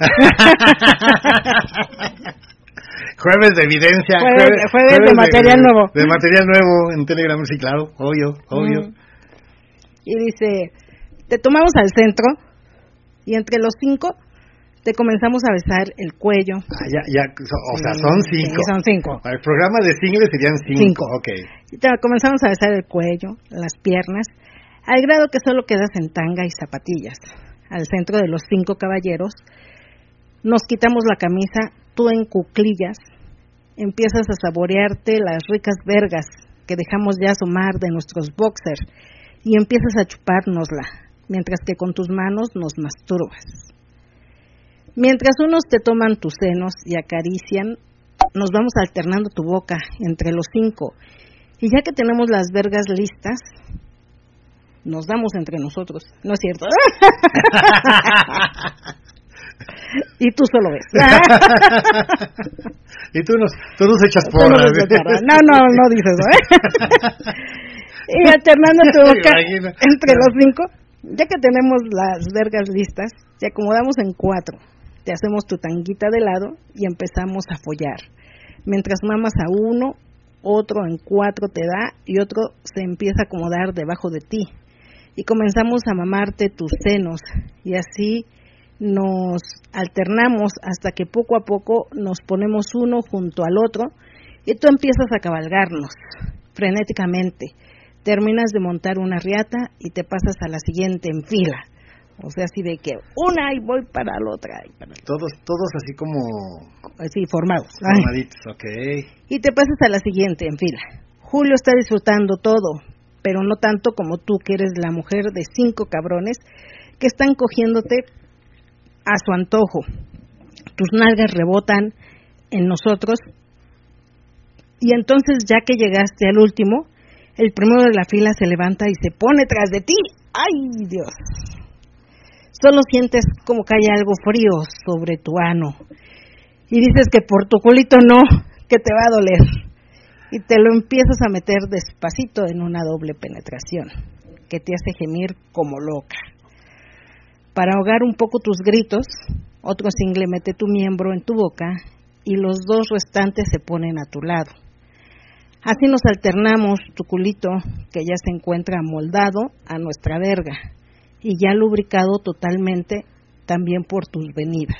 Jueves de evidencia. Jueves, jueves, jueves de, de material de, nuevo. De material nuevo en Telegram, sí, claro, obvio, obvio. Mm. Y dice, te tomamos al centro y entre los cinco te comenzamos a besar el cuello. Ah, ya, ya, o sea, son cinco. Sí, son cinco. Para el programa de singles serían cinco. Cinco. Ok. Y te comenzamos a besar el cuello, las piernas, al grado que solo quedas en tanga y zapatillas. Al centro de los cinco caballeros, nos quitamos la camisa, tú en cuclillas, empiezas a saborearte las ricas vergas que dejamos ya asomar de nuestros boxers y empiezas a chupárnosla, mientras que con tus manos nos masturbas. Mientras unos te toman tus senos y acarician, nos vamos alternando tu boca entre los cinco, y ya que tenemos las vergas listas, nos damos entre nosotros, ¿no es cierto? Y tú solo ves. Y tú nos, tú nos echas porras. No, no, no dices eso, ¿eh? Y alternando tu boca entre los cinco, ya que tenemos las vergas listas, te acomodamos en cuatro, te hacemos tu tanguita de lado y empezamos a follar. Mientras mamas a uno, otro en cuatro te da y otro se empieza a acomodar debajo de ti. Y comenzamos a mamarte tus senos y así nos alternamos hasta que poco a poco nos ponemos uno junto al otro y tú empiezas a cabalgarnos frenéticamente. Terminas de montar una riata y te pasas a la siguiente en fila. O sea, así de que una y voy para la otra. Y para la todos todos así como... Así, formados. Formaditos, ok. Y te pasas a la siguiente en fila. Julio está disfrutando todo, pero no tanto como tú, que eres la mujer de cinco cabrones que están cogiéndote a su antojo. Tus nalgas rebotan en nosotros y entonces, ya que llegaste al último, el primero de la fila se levanta y se pone tras de ti. ¡Ay, Dios! Solo sientes como cae algo frío sobre tu ano y dices que por tu culito no, que te va a doler. Y te lo empiezas a meter despacito en una doble penetración que te hace gemir como loca. Para ahogar un poco tus gritos, otro single mete tu miembro en tu boca y los dos restantes se ponen a tu lado. Así nos alternamos tu culito, que ya se encuentra amoldado a nuestra verga y ya lubricado totalmente también por tus venidas.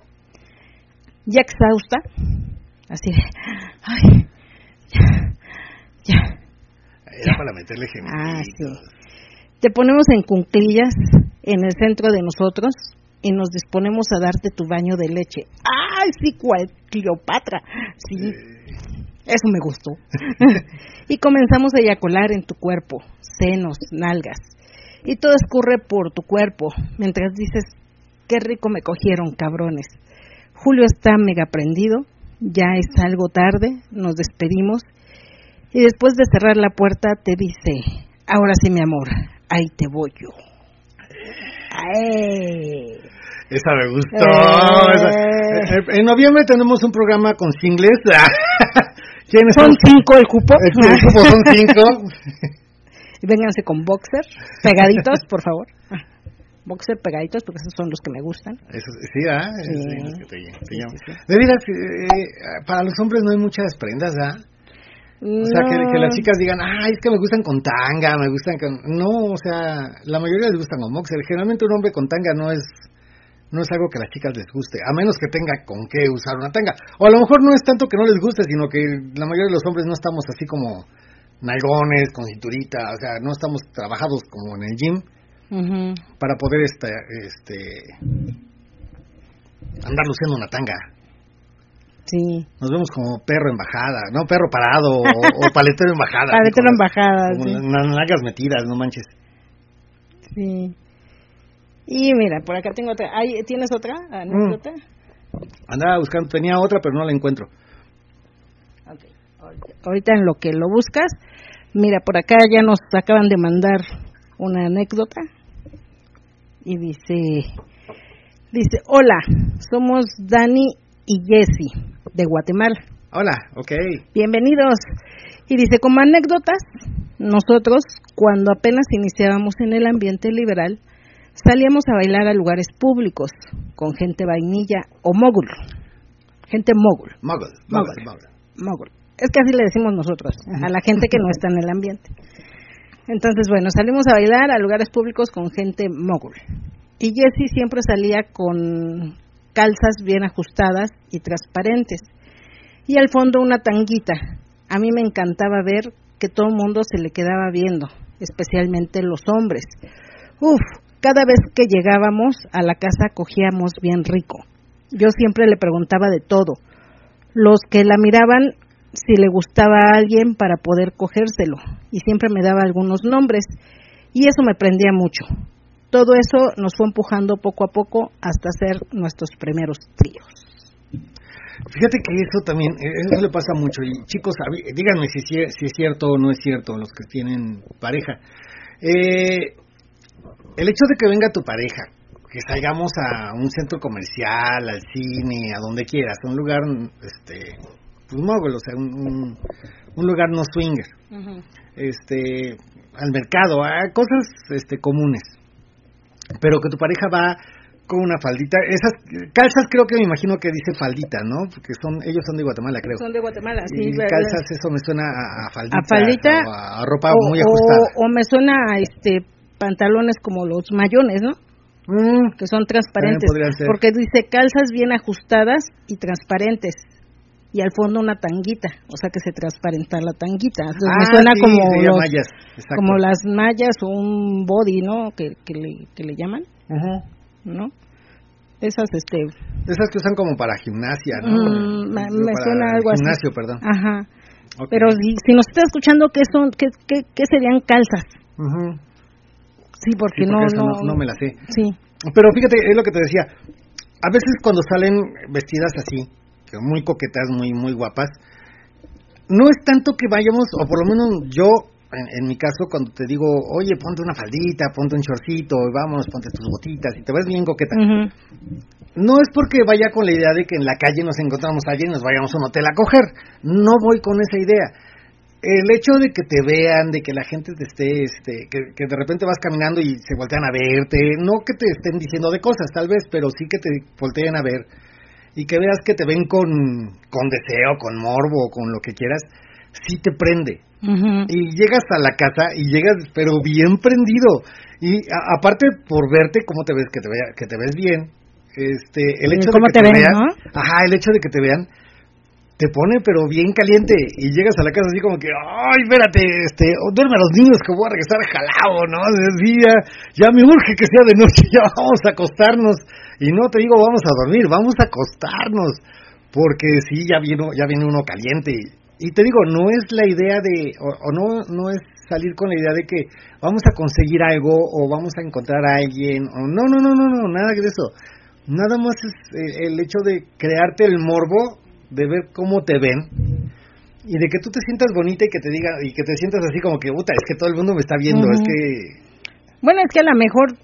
Ya exhausta, así de, ay, ya, ya. Era ya. Para meterle gemiditos. Ah, sí. Te ponemos en cunclillas en el centro de nosotros y nos disponemos a darte tu baño de leche. ¡Ay, sí, cual Cleopatra! Sí, eh. Eso me gustó. Y comenzamos a eyacular en tu cuerpo, senos, nalgas. Y todo escurre por tu cuerpo, mientras dices, qué rico me cogieron, cabrones. Julio está mega prendido, ya es algo tarde, nos despedimos. Y después de cerrar la puerta te dice, ahora sí, mi amor, ahí te voy yo. ¡Ay! Esa me gustó. Eh, esa. En noviembre tenemos un programa con singles. ¿Quiénes son? Son cinco el cupo. El, el cupo son cinco. Vénganse con boxer, pegaditos, por favor. Boxer pegaditos, porque esos son los que me gustan. Eso, sí, ¿ah? Sí. Sí, los que te, te sí, sí, sí. De veras, eh, para los hombres no hay muchas prendas, ¿ah? O sea, no. que, que las chicas digan, ay, es que me gustan con tanga, me gustan con... No, o sea, la mayoría les gustan con boxer. Generalmente un hombre con tanga no es no es algo que a las chicas les guste, a menos que tenga con qué usar una tanga. O a lo mejor no es tanto que no les guste, sino que la mayoría de los hombres no estamos así como nalgones, con cinturita, o sea, no estamos trabajados como en el gym uh-huh. para poder este, este andar luciendo una tanga. Sí. Nos vemos como perro en bajada, no perro parado o, o paletero en bajada. Paletero en bajada, sí. Como las nalgas metidas, no manches. Sí. Y mira, por acá tengo otra. ¿Tienes otra anécdota? Mm. Andaba buscando, tenía otra, pero no la encuentro. Okay. Ahorita en lo que lo buscas, mira, por acá ya nos acaban de mandar una anécdota. Y dice, dice, hola, somos Dani y Jessy, de Guatemala. Hola, ok. Bienvenidos. Y dice, como anécdotas, nosotros, cuando apenas iniciábamos en el ambiente liberal, salíamos a bailar a lugares públicos con gente vainilla o mogul. Gente mogul. Mogul. Mogul. Mogul. Mogul. Es que así le decimos nosotros, a la gente que no está en el ambiente. Entonces, bueno, salimos a bailar a lugares públicos con gente mogul. Y Jessie siempre salía con calzas bien ajustadas y transparentes. Y al fondo una tanguita. A mí me encantaba ver que todo el mundo se le quedaba viendo, especialmente los hombres. Uf, cada vez que llegábamos a la casa cogíamos bien rico. Yo siempre le preguntaba de todo. Los que la miraban, si le gustaba a alguien para poder cogérselo, y siempre me daba algunos nombres, y eso me prendía mucho. Todo eso nos fue empujando poco a poco hasta hacer nuestros primeros tríos. Fíjate que eso también, eso le pasa mucho, y chicos, díganme si, si es cierto o no es cierto, los que tienen pareja. Eh, el hecho de que venga tu pareja, que salgamos a un centro comercial, al cine, a donde quieras, a un lugar, este, pues mogul, o sea, un, un, un lugar no swinger, uh-huh. este, al mercado, a cosas, este, comunes, pero que tu pareja va con una faldita, esas calzas creo que me imagino que dice faldita, ¿no? Porque son, ellos son de Guatemala, creo. Son de Guatemala, sí. Y calzas, eso me suena a, a faldita. A faldita. O a, a ropa o, muy ajustada. O, o me suena a este, pantalones como los mayones, ¿no? Mm, que son transparentes. Porque dice calzas bien ajustadas y transparentes. Y al fondo una tanguita, o sea que se transparenta la tanguita. Entonces ah, me suena sí, como los, mallas, como las mallas o un body, ¿no? Que, que, le, que le llaman. Ajá. ¿No? Esas, este... Esas que usan como para gimnasia, ¿no? Mm, me, me suena algo gimnasio, así. perdón. Ajá. Okay. Pero si, si nos está escuchando, ¿qué son, qué, qué, qué serían calzas? Uh-huh. Sí, porque, sí, porque no, eso no, no, no me la sé. Sí. Pero fíjate, es lo que te decía. A veces cuando salen vestidas así, muy coquetas, muy, muy guapas, no es tanto que vayamos, o por lo menos yo... En, en mi caso, cuando te digo, oye, ponte una faldita, ponte un shortcito, vámonos, ponte tus botitas, y te ves bien coqueta. Uh-huh. No es porque vaya con la idea de que en la calle nos encontramos a alguien y nos vayamos a un hotel a coger. No voy con esa idea. El hecho de que te vean, de que la gente te esté, este, que, que de repente vas caminando y se voltean a verte, no que te estén diciendo de cosas, tal vez, pero sí que te volteen a ver, y que veas que te ven con, con deseo, con morbo, con lo que quieras, sí te prende. Uh-huh. Y llegas a la casa y llegas pero bien prendido, y a, aparte por verte cómo te ves, que te vea, que te ves bien, este, el hecho de que te, te ven, vean, ¿no? Ajá, el hecho de que te vean te pone pero bien caliente, y llegas a la casa así como que, ay, espérate, este, duerme a los niños que voy a regresar jalado, ¿no? Sí, ya, ya me urge que sea de noche, ya vamos a acostarnos, y no te digo vamos a dormir, vamos a acostarnos, porque sí, ya viene, ya viene uno caliente. Y te digo, no es la idea de, o, o no no es salir con la idea de que vamos a conseguir algo, o vamos a encontrar a alguien, o no, no, no, no, no, nada de eso. Nada más es eh, el hecho de crearte el morbo, de ver cómo te ven, y de que tú te sientas bonita y que te diga, y que te sientas así como que, puta, es que todo el mundo me está viendo, uh-huh. es que... Bueno, es que a lo mejor...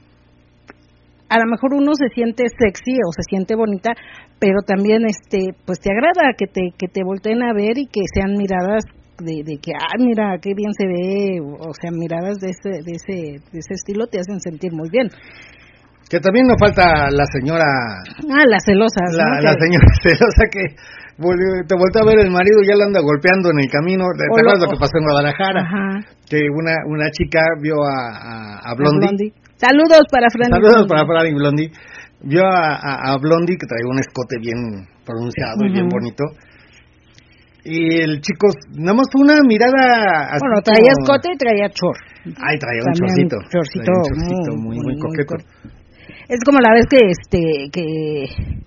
a lo mejor uno se siente sexy o se siente bonita, pero también este pues te agrada que te que te volteen a ver y que sean miradas de, de que ah mira qué bien se ve, o sea, miradas de ese de ese de ese estilo te hacen sentir muy bien. Que también nos falta la señora ah la celosa, la, ¿no? la señora celosa que te volteó a ver el marido y ya la anda golpeando en el camino. ¿Te acuerdas lo que pasó en Guadalajara? Ajá. Que una una chica vio a a, a Blondie. A Blondie. Saludos para Fran. Saludos para Fran y Blondie. Vio a, a, a Blondie, que traía un escote bien pronunciado uh-huh. y bien bonito. Y el chico, nada más una mirada... Así bueno, traía como... escote y traía chor. Ay, traía un chorcito. Un chorcito, traía un chorcito muy, muy, muy, muy coqueto. Muy es como la vez que, este, que...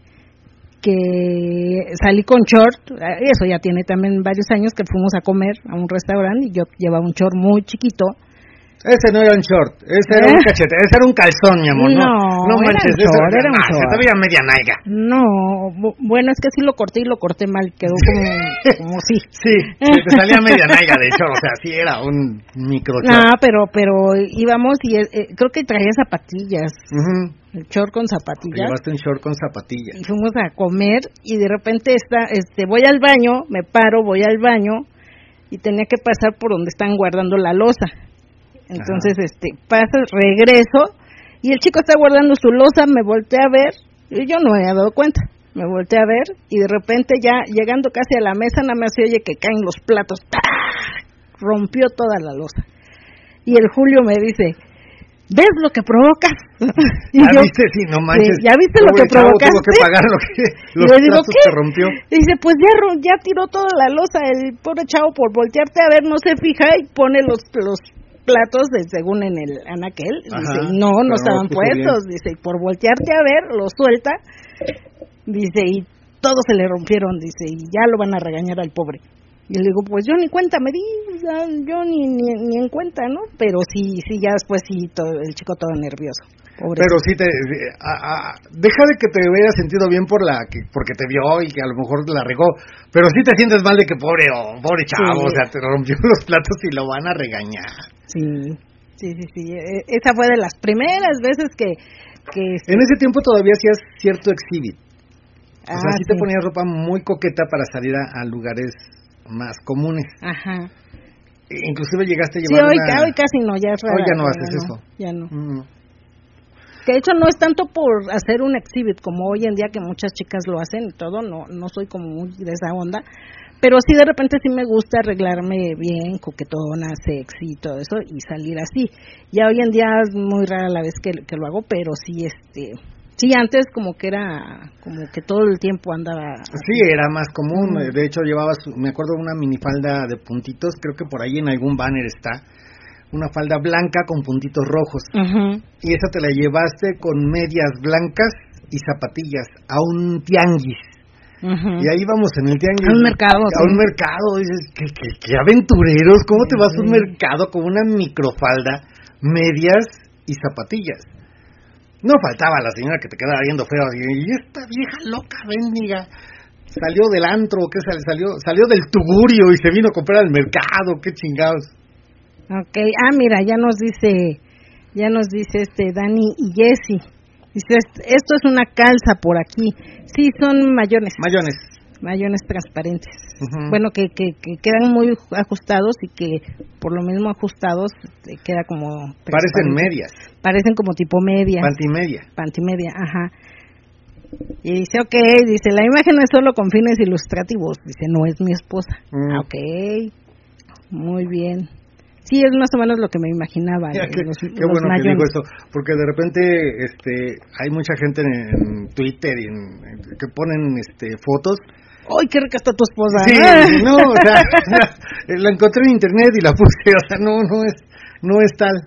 que salí con short, eso ya tiene también varios años, que fuimos a comer a un restaurante y yo llevaba un short muy chiquito. Ese no era un short, ese ¿Eh? era un cachete, ese era un calzón, mi amor. No, no, no manches, era un short, era, era un ah, short. Se te veía media nalga. No, bueno, es que sí lo corté y lo corté mal, quedó como, como sí. Sí, se te salía media nalga de short, o sea, sí era un micro short. No, pero, pero íbamos y eh, creo que traía zapatillas. Uh-huh. El short con zapatillas. Llevaste un short con zapatillas. Y fuimos a comer y de repente está, este, voy al baño, me paro, voy al baño y tenía que pasar por donde están guardando la loza. Entonces, Ajá. este, pasa, regreso, y el chico está guardando su loza, me volteé a ver, y yo no me había dado cuenta, me volteé a ver, y de repente ya, llegando casi a la mesa, nada más se oye que caen los platos, ¡tá! Rompió toda la loza. Y el Julio me dice, ¿ves lo que provocas? Y ¿Ya yo, viste? Sí, no manches. Sí, ¿ya viste lo que provocaste? Tuvo que pagar lo que, los y le digo, platos ¿qué? que rompió. Y dice, pues ya, ya tiró toda la loza, el pobre chavo por voltearte a ver no se fija y pone los, los platos de, según en el anaquel, dice, Ajá, no, no estaban no puestos, bien. Dice, y por voltearte a ver, lo suelta, dice, y todos se le rompieron, dice, y ya lo van a regañar al pobre. Y le digo, pues yo ni cuenta me di, yo ni, ni, ni en cuenta, ¿no? Pero sí, sí, ya después sí, todo, el chico todo nervioso. Pobrecito. Pero sí te, a, a, deja de que te hubieras sentido bien por la, que, porque te vio y que a lo mejor la regó, pero sí te sientes mal de que pobre, oh, pobre chavo, sí. O sea, te rompió los platos y lo van a regañar. Sí, sí, sí, sí, esa fue de las primeras veces que... que en ese tiempo todavía hacías cierto exhibit, o ah, sea, sí, sí te ponías ropa muy coqueta para salir a, a lugares más comunes. Ajá. Inclusive llegaste a llevar sí, hoy, una... hoy casi no, ya es rara, hoy ya no haces ya eso. No, ya no. Mm. Que de hecho no es tanto por hacer un exhibit como hoy en día que muchas chicas lo hacen y todo, no no soy como muy de esa onda, pero sí de repente sí me gusta arreglarme bien, coquetona, sexy y todo eso y salir así. Ya hoy en día es muy rara la vez que, que lo hago, pero sí este... Sí, antes como que era, como que todo el tiempo andaba... Sí, era más común, uh-huh. De hecho llevabas, me acuerdo de una minifalda de puntitos, creo que por ahí en algún banner está, una falda blanca con puntitos rojos, uh-huh. Y esa te la llevaste con medias blancas y zapatillas a un tianguis, uh-huh. Y ahí vamos en el tianguis. A un mercado. A sí. un mercado, dices, ¿qué, qué, qué aventureros? ¿Cómo te vas a un mercado con una microfalda, medias y zapatillas? No faltaba la señora que te quedaba viendo feo, y esta vieja loca, bendiga, salió del antro, ¿qué salió? Salió del tugurio y se vino a comprar al mercado, qué chingados. Okay, ah, mira, ya nos dice, ya nos dice este Dani y Jessy, dice, esto es una calza por aquí, sí, son mayones. Mayones. Mayones transparentes, uh-huh. Bueno, que, que, que quedan muy ajustados y que por lo mismo ajustados te queda como... Parecen medias. Parecen como tipo medias. Pantimedia. Pantimedia, ajá. Y dice, ok, dice, la imagen es solo con fines ilustrativos, dice, no es mi esposa. Mm. Ah, ok, muy bien. Sí, es más o menos lo que me imaginaba. Ya, qué, los, qué los bueno mayones. Que digo eso, porque de repente este, hay mucha gente en, en Twitter y en, en, que ponen este, fotos. ¡Ay, qué rica está tu esposa! Sí, no, o sea, la encontré en internet y la puse, o sea, no, no es, no es tal.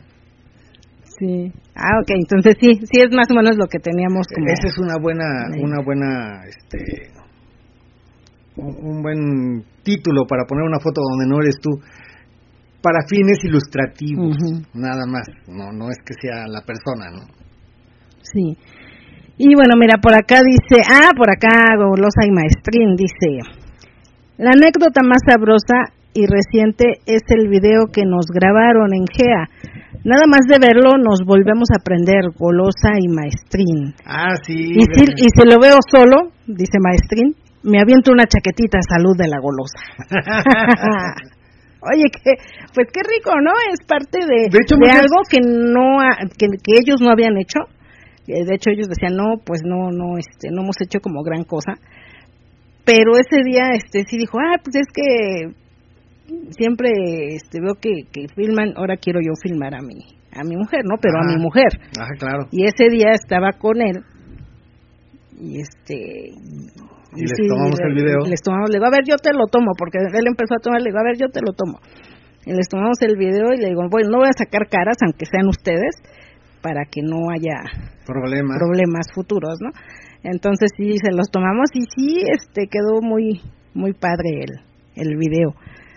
Sí. Ah, ok, entonces sí, sí es más o menos lo que teníamos como... Esa es una buena, una buena, este, un, un buen título para poner una foto donde no eres tú, para fines ilustrativos, uh-huh. Nada más, no, no es que sea la persona, ¿no? Sí. Y bueno, mira, por acá dice, ah, por acá Golosa y Maestrín dice, la anécdota más sabrosa y reciente es el video que nos grabaron en Gea. Nada más de verlo nos volvemos a aprender, Golosa y Maestrín. Ah, sí. Y si, y si lo veo solo, dice Maestrín, me aviento una chaquetita salud de la Golosa. Oye, que, pues qué rico, ¿no? Es parte de, de, hecho, de muchas... algo que no ha, que, que ellos no habían hecho. De hecho ellos decían, no, pues no, no, este, no hemos hecho como gran cosa. Pero ese día, este, sí dijo, ah, pues es que siempre, este, veo que, que filman, ahora quiero yo filmar a mi, a mi mujer, ¿no? Pero ajá, a mi mujer. Ajá, claro. Y ese día estaba con él y este. Y, y les sí, tomamos el video. Les tomamos, le digo, a ver, yo te lo tomo, porque él empezó a tomar, le digo, a ver, yo te lo tomo. Y les tomamos el video y le digo, bueno, no voy a sacar caras, aunque sean ustedes, para que no haya problemas, problemas futuros, ¿no? Entonces sí, se los tomamos y sí, este, quedó muy, muy padre el, el video.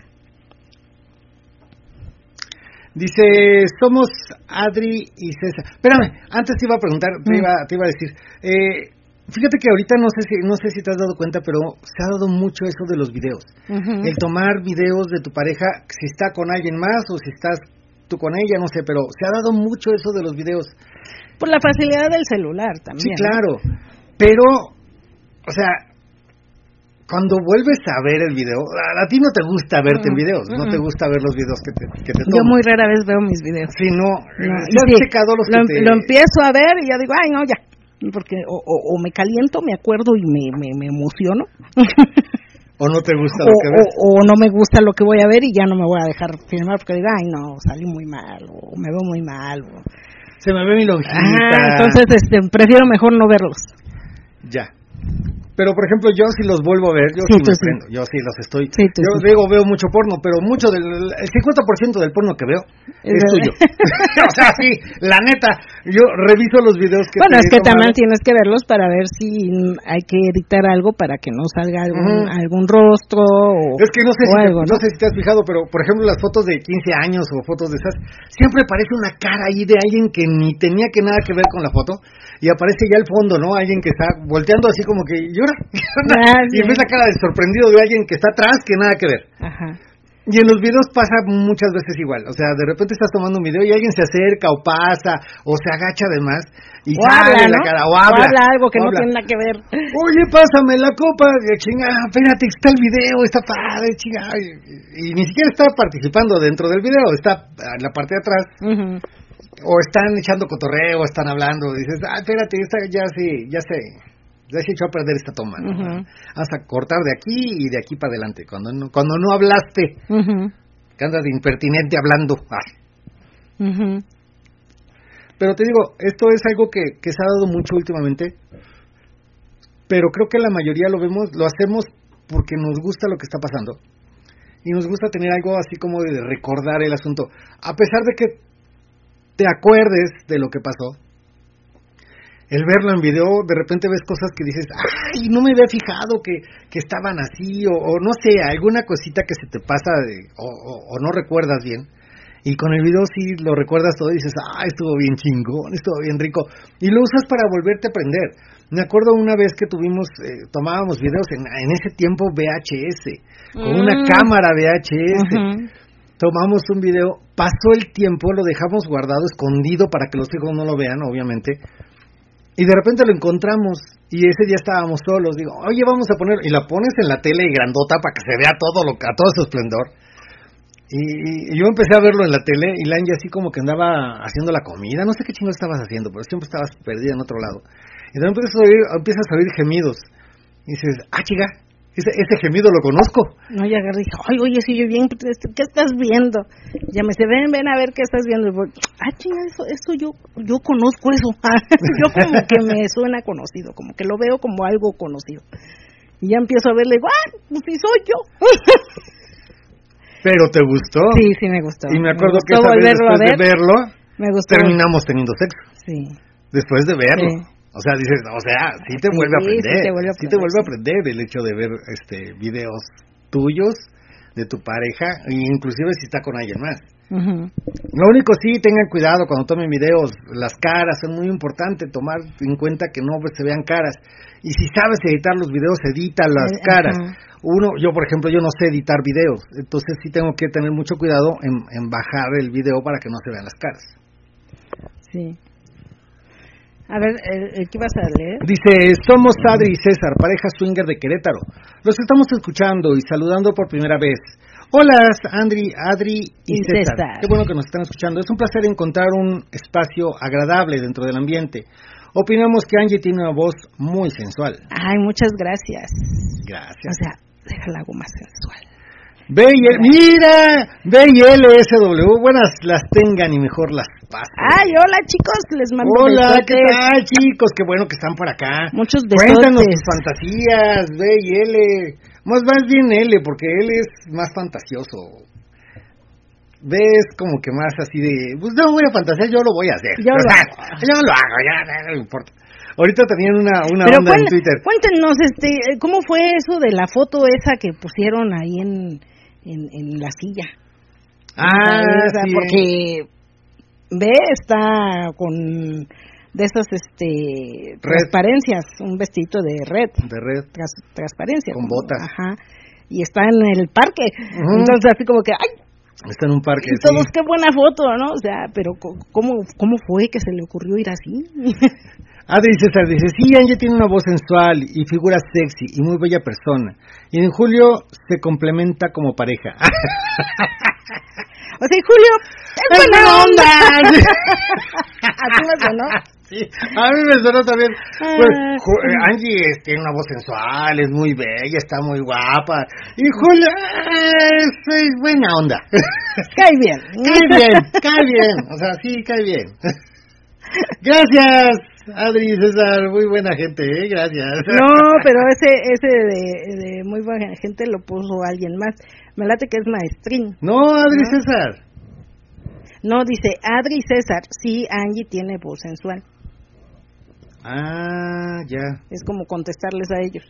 Dice, somos Adri y César. Espérame, antes te iba a preguntar, te, mm. iba, te iba a decir, eh, fíjate que ahorita no sé si no sé si te has dado cuenta, pero se ha dado mucho eso de los videos. Uh-huh. El tomar videos de tu pareja, si está con alguien más o si estás tú con ella, no sé, pero se ha dado mucho eso de los videos. Por la facilidad del celular también. Sí, claro, ¿no? Pero, o sea, cuando vuelves a ver el video, a, a ti no te gusta verte mm, en videos, mm, no te gusta ver los videos que te, que te toman. Yo muy rara vez veo mis videos. Sí, no, no ¿te has sí, checado los lo, que te... lo empiezo a ver y ya digo, ay, no, ya, porque o, o, o me caliento, me acuerdo y me, me, me emociono. O no te gusta lo o, que ves. O, o no me gusta lo que voy a ver y ya no me voy a dejar filmar porque digo, ay, no, salí muy mal, o me veo muy mal. O... Se me ve mi lonjita. Ah, entonces este, prefiero mejor no verlos. Ya. Pero, por ejemplo, yo si los vuelvo a ver, yo sí, sí me prendo, sí. yo sí los estoy... Sí, yo sí. digo, veo mucho porno, pero mucho del... El cincuenta por ciento del porno que veo es, es tuyo. O sea, sí, la neta, yo reviso los videos que... Bueno, te es que tomado. también tienes que verlos para ver si hay que editar algo para que no salga algún, uh-huh. algún rostro o Es que no sé, si algo, te, ¿no? no sé si te has fijado, pero, por ejemplo, las fotos de quince años o fotos de esas, siempre aparece una cara ahí de alguien que ni tenía que nada que ver con la foto, y aparece ya al fondo, ¿no? Alguien que está volteando así como que llora. Ah, y ves la cara de sorprendido de alguien que está atrás que nada que ver. Ajá. Y en los videos pasa muchas veces igual. O sea, de repente estás tomando un video y alguien se acerca o pasa o se agacha además y o sale habla, la ¿no? cara o habla. O habla algo que no habla. tiene nada que ver. Oye, pásame la copa. Chingada, espérate, está el video, está padre, chingada. Y, y ni siquiera está participando dentro del video, está en la parte de atrás. Uh-huh. O están echando cotorreo, están hablando. Dices, ah, espérate, esta ya sí, ya sé. Ya se echó a perder esta toma, ¿no? Uh-huh. Hasta cortar de aquí y de aquí para adelante. Cuando no, cuando no hablaste, uh-huh. que andas de impertinente hablando. Ah. Uh-huh. Pero te digo, esto es algo que, que se ha dado mucho últimamente. Pero creo que la mayoría lo vemos, lo hacemos porque nos gusta lo que está pasando. Y nos gusta tener algo así como de recordar el asunto. A pesar de que te acuerdes de lo que pasó. El verlo en video, de repente ves cosas que dices, ay, no me había fijado que, que estaban así, o, o no sé, alguna cosita que se te pasa de, o, o, o no recuerdas bien. Y con el video sí lo recuerdas todo y dices, ah, estuvo bien chingón, estuvo bien rico. Y lo usas para volverte a aprender. Me acuerdo una vez que tuvimos, eh, tomábamos videos en, en ese tiempo V H S, con mm. una cámara V H S. Uh-huh. Tomamos un video, pasó el tiempo, lo dejamos guardado, escondido para que los hijos no lo vean, obviamente. Y de repente lo encontramos y ese día estábamos solos. Digo, oye, vamos a poner... Y la pones en la tele grandota para que se vea todo lo, a todo su esplendor. Y, y yo empecé a verlo en la tele y Lange así como que andaba haciendo la comida. No sé qué chingo estabas haciendo, pero siempre estabas perdida en otro lado. Y de repente empiezas a oír, empiezas a oír gemidos. Y dices, ah, chica, ese, ese gemido lo conozco. No, ya agarré y dije, ay, oye, sí, yo bien, ¿qué estás viendo? Ya me dice, ven, ven a ver qué estás viendo. Y voy, ah, chinga, eso, eso yo, yo conozco eso. Yo como que me suena conocido, como que lo veo como algo conocido. Y ya empiezo a verle, ah, pues sí soy yo. ¿Pero te gustó? Sí, sí me gustó. Y me acuerdo me que esa vez después ver, de verlo, me gustó terminamos teniendo sexo. Sí. Después de verlo. Sí. O sea, dices, o sea, sí te sí, vuelve a aprender. Sí te vuelve a aprender, sí te vuelve a aprender el hecho de ver este videos tuyos, de tu pareja, e inclusive si está con alguien más. Uh-huh. Lo único sí, tengan cuidado cuando tomen videos, las caras, es muy importante tomar en cuenta que no se vean caras. Y si sabes editar los videos, edita las uh-huh. caras. Uno, yo por ejemplo, yo no sé editar videos, entonces sí tengo que tener mucho cuidado en, en bajar el video para que no se vean las caras. Sí. A ver, ¿qué vas a leer? Dice, somos Adri y César, pareja swinger de Querétaro. Los estamos escuchando y saludando por primera vez. Hola, Andri, Adri y, y César. César. Qué bueno que nos están escuchando. Es un placer encontrar un espacio agradable dentro del ambiente. Opinamos que Angie tiene una voz muy sensual. Ay, muchas gracias. Gracias. O sea, déjala algo más sensual. B y L, mira, B y L S W, buenas las tengan y mejor las pasen. Ay, hola chicos, les mando Hola, besotes. ¿Qué tal chicos? Qué bueno que están por acá. Muchos besotes. Cuéntanos tus fantasías, B y L, más, más bien L, porque L es más fantasioso. B es como que más así de, pues no voy a fantasear, yo lo voy a hacer. Yo lo hago. Yo lo hago, ya, ya, no me importa. Ahorita tenían una, una Pero onda cuént, en Twitter. Cuéntenos, este, ¿cómo fue eso de la foto esa que pusieron ahí en, en, en la silla? Ah, esa, sí. Porque B está con de esas este red. transparencias, un vestidito de red. De red. Tras, transparencia. Con como, botas. Ajá. Y está en el parque. Uh-huh. Entonces así como que, ¡ay! Está en un parque. Y todos, sí. Qué buena foto, ¿no? O sea, pero ¿cómo, cómo fue que se le ocurrió ir así? Adri César dice, sí, Angie tiene una voz sensual y figura sexy y muy bella persona. Y en Julio se complementa como pareja. O sea, Julio es, es buena onda. ¿A ti me sonó? Sí, a mí me sonó también. Pues, uh, Angie es, tiene una voz sensual, es muy bella, está muy guapa. Y Julio es, es buena onda. Cae bien. Cae bien, cae bien. O sea, sí, cae bien. Gracias, Adri César, muy buena gente, ¿eh? Gracias. No, pero ese ese de, de muy buena gente lo puso alguien más. Me late que es maestrín. No, Adri ¿no? César. No, dice Adri César, sí, Angie tiene voz sensual. Ah, ya. Es como contestarles a ellos.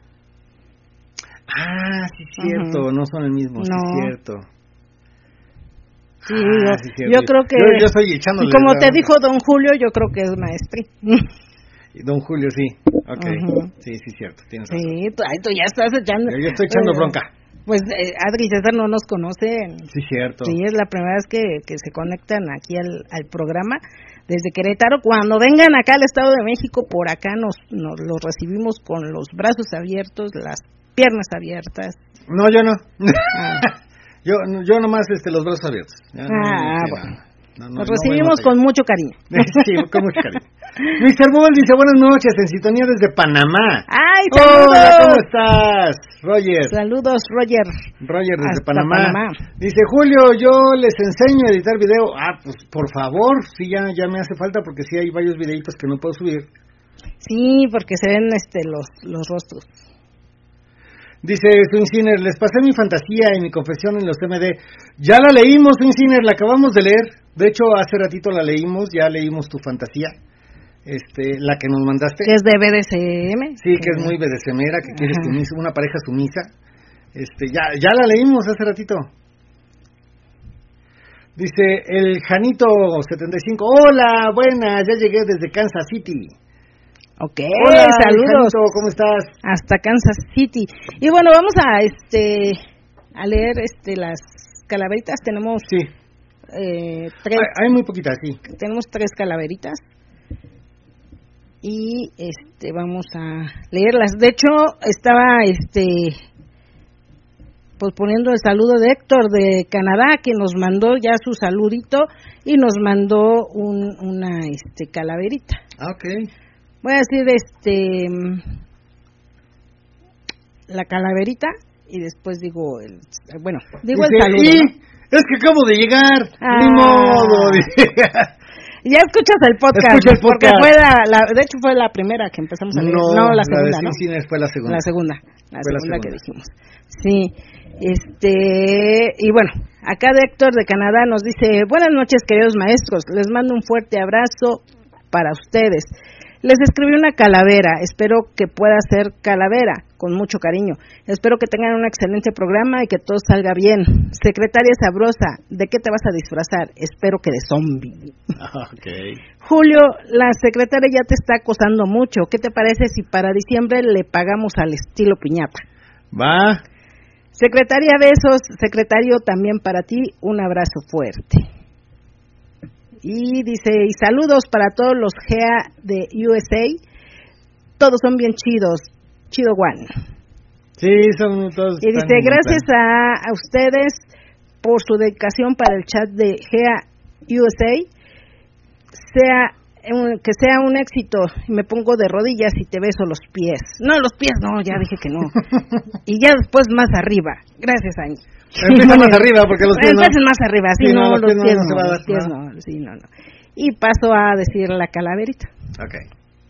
Ah, sí, cierto, uh-huh. No son el mismo, no. Sí, cierto. Sí, ah, yo, sí, yo creo que... Yo, yo estoy echándole... Como te dijo don Julio, yo creo que es maestri. Don Julio, sí. Ok. Uh-huh. Sí, sí, cierto. Tienes razón. Sí, tú, ay, tú ya estás echando... Yo, yo estoy echando bronca. Pues eh, Adri y César no nos conocen. Sí, cierto. Sí, es la primera vez que, que se conectan aquí al, al programa desde Querétaro. Cuando vengan acá al Estado de México, por acá nos, nos los recibimos con los brazos abiertos, las piernas abiertas. No, yo no. Ah. Yo, yo nomás este, los brazos abiertos. Ya, ah, no, no, bueno. No, no, Nos recibimos no con mucho cariño. Sí, con mucho cariño. mister Bull dice, buenas noches, en sintonía desde Panamá. ¡Ay, saludos! Hola, ¿cómo estás, Roger? Saludos, Roger. Roger, desde Panamá. Panamá. Dice, Julio, yo les enseño a editar video. Ah, pues, por favor, sí, ya, ya me hace falta, porque sí hay varios videitos que no puedo subir. Sí, porque se ven este los, los rostros. Dice Swing les pasé mi fantasía y mi confesión en los M D. Ya la leímos, Swing la acabamos de leer. De hecho, hace ratito la leímos, ya leímos tu fantasía. Este, la que nos mandaste. Que es de B D C M. Sí, que es muy B D C M era, que quieres sumisa, una pareja sumisa. Este, ya, ya la leímos hace ratito. Dice el Janito setenta y cinco, hola, buenas, ya llegué desde Kansas City. Ok, hola, saludos. Janito, ¿cómo estás? Hasta Kansas City. Y bueno, vamos a este a leer este las calaveritas. Tenemos sí. eh, tres. Hay, hay muy poquitas, sí. Tenemos tres calaveritas. Y este vamos a leerlas. De hecho, estaba este pues poniendo el saludo de Héctor de Canadá, que nos mandó ya su saludito y nos mandó un, una este calaverita. Ah, okay. Voy a decir este la calaverita y después digo el bueno, digo dice, el saludo. Sí, ¿no? Es que acabo de llegar. Ah. Ni modo. Ya escuchas el podcast, Escucha el podcast. Porque fue la, la, de hecho fue la primera que empezamos a leer. No, no la segunda, la de ¿no? Cines fue la segunda. La segunda, la fue segunda la que segunda. dijimos. Sí, este, y bueno, acá de Héctor de Canadá nos dice, buenas noches queridos maestros, les mando un fuerte abrazo para ustedes. Les escribí una calavera, espero que pueda ser calavera, con mucho cariño. Espero que tengan un excelente programa y que todo salga bien. Secretaria sabrosa, ¿de qué te vas a disfrazar? Espero que de zombie. Okay. Julio, la secretaria ya te está acosando mucho. ¿Qué te parece si para diciembre le pagamos al estilo piñata? Va. Secretaria, besos. Secretario, también para ti, un abrazo fuerte. Y dice, y saludos para todos los G E A de U S A. Todos son bien chidos. Chido One. Sí, son todos. Y dice, gracias a, a ustedes por su dedicación para el chat de G E A U S A. Sea un, que sea un éxito. Y me pongo de rodillas y te beso los pies. No, los pies no, ya dije que no. Y ya después más arriba. Gracias, Angie. Empieza más arriba porque los pies no. Empieza más arriba, sí, sí no, no, los, los pies no, no, no, los pies no. no, sí, no, no. Y paso a decir la calaverita. Okay.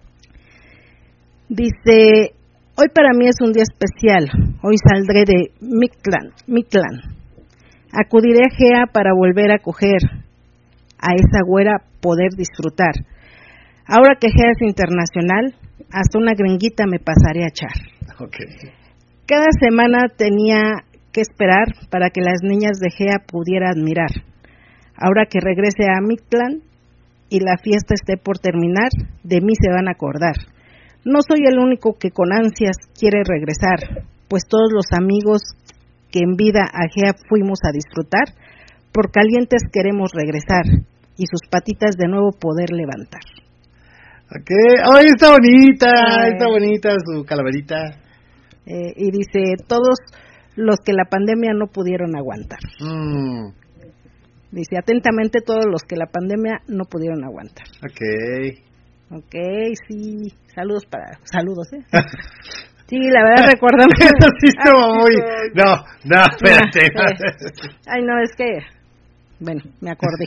Dice, hoy para mí es un día especial. Hoy saldré de Mictlán, Mictlán. Acudiré a G E A para volver a coger a esa güera, poder disfrutar. Ahora que G E A es internacional, hasta una gringuita me pasaré a echar. Okay. Cada semana tenía que esperar para que las niñas de G E A pudiera admirar. Ahora que regrese a Mictlán y la fiesta esté por terminar, de mí se van a acordar. No soy el único que con ansias quiere regresar, pues todos los amigos que en vida a G E A fuimos a disfrutar, por calientes queremos regresar y sus patitas de nuevo poder levantar. Okay. ¡Ay, está bonita! Eh, está bonita su calaverita. Eh, y dice, todos los que la pandemia no pudieron aguantar. Mm. Dice, atentamente todos los que la pandemia no pudieron aguantar. Ok. Ok, sí. Saludos para... Saludos, ¿eh? Sí, la verdad, recuérdame. Sí, estuvo muy... No, no, espérate. No, eh. Ay, no, es que... Bueno, me acordé.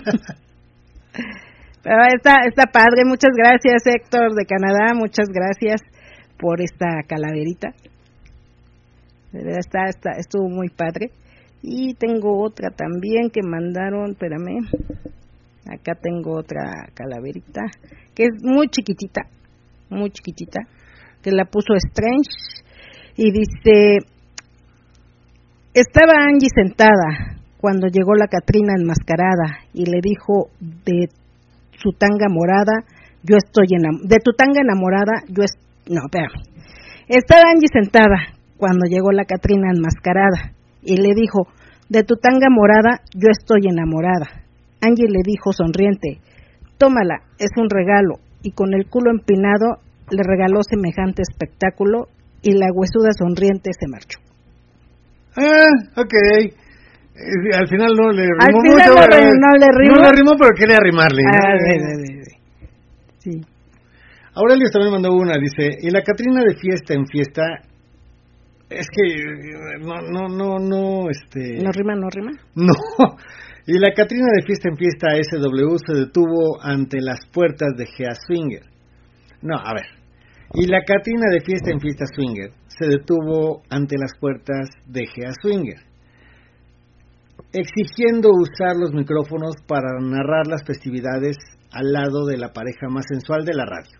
Pero está, está padre. Muchas gracias, Héctor de Canadá. Muchas gracias por esta calaverita. De verdad, está, está, estuvo muy padre. Y tengo otra también que mandaron, espérame. Acá tengo otra calaverita que es muy chiquitita, muy chiquitita, que la puso Strange y dice: estaba Angie sentada cuando llegó la Catrina enmascarada y le dijo de su tanga morada, yo estoy enam- de tu tanga enamorada, yo es no, espérame. Estaba Angie sentada cuando llegó la Catrina enmascarada y le dijo, de tu tanga morada, yo estoy enamorada. Angie le dijo sonriente, tómala, es un regalo, y con el culo empinado le regaló semejante espectáculo y la huesuda sonriente se marchó. Ah, ok. Eh, al final no le rimó al final mucho. No, re, no le rimó. No le rimó, pero quería rimarle. Ah, ¿no? de, de, de, de. Sí. Aurelio también mandó una, dice, y la Catrina de fiesta en fiesta, es que no, no, no, no, este... ¿No rima, no rima? No, y la Catrina de fiesta en fiesta S W se detuvo ante las puertas de Gea Swinger. No, a ver, y la Catrina de fiesta en fiesta Swinger se detuvo ante las puertas de Gea Swinger, exigiendo usar los micrófonos para narrar las festividades al lado de la pareja más sensual de la radio.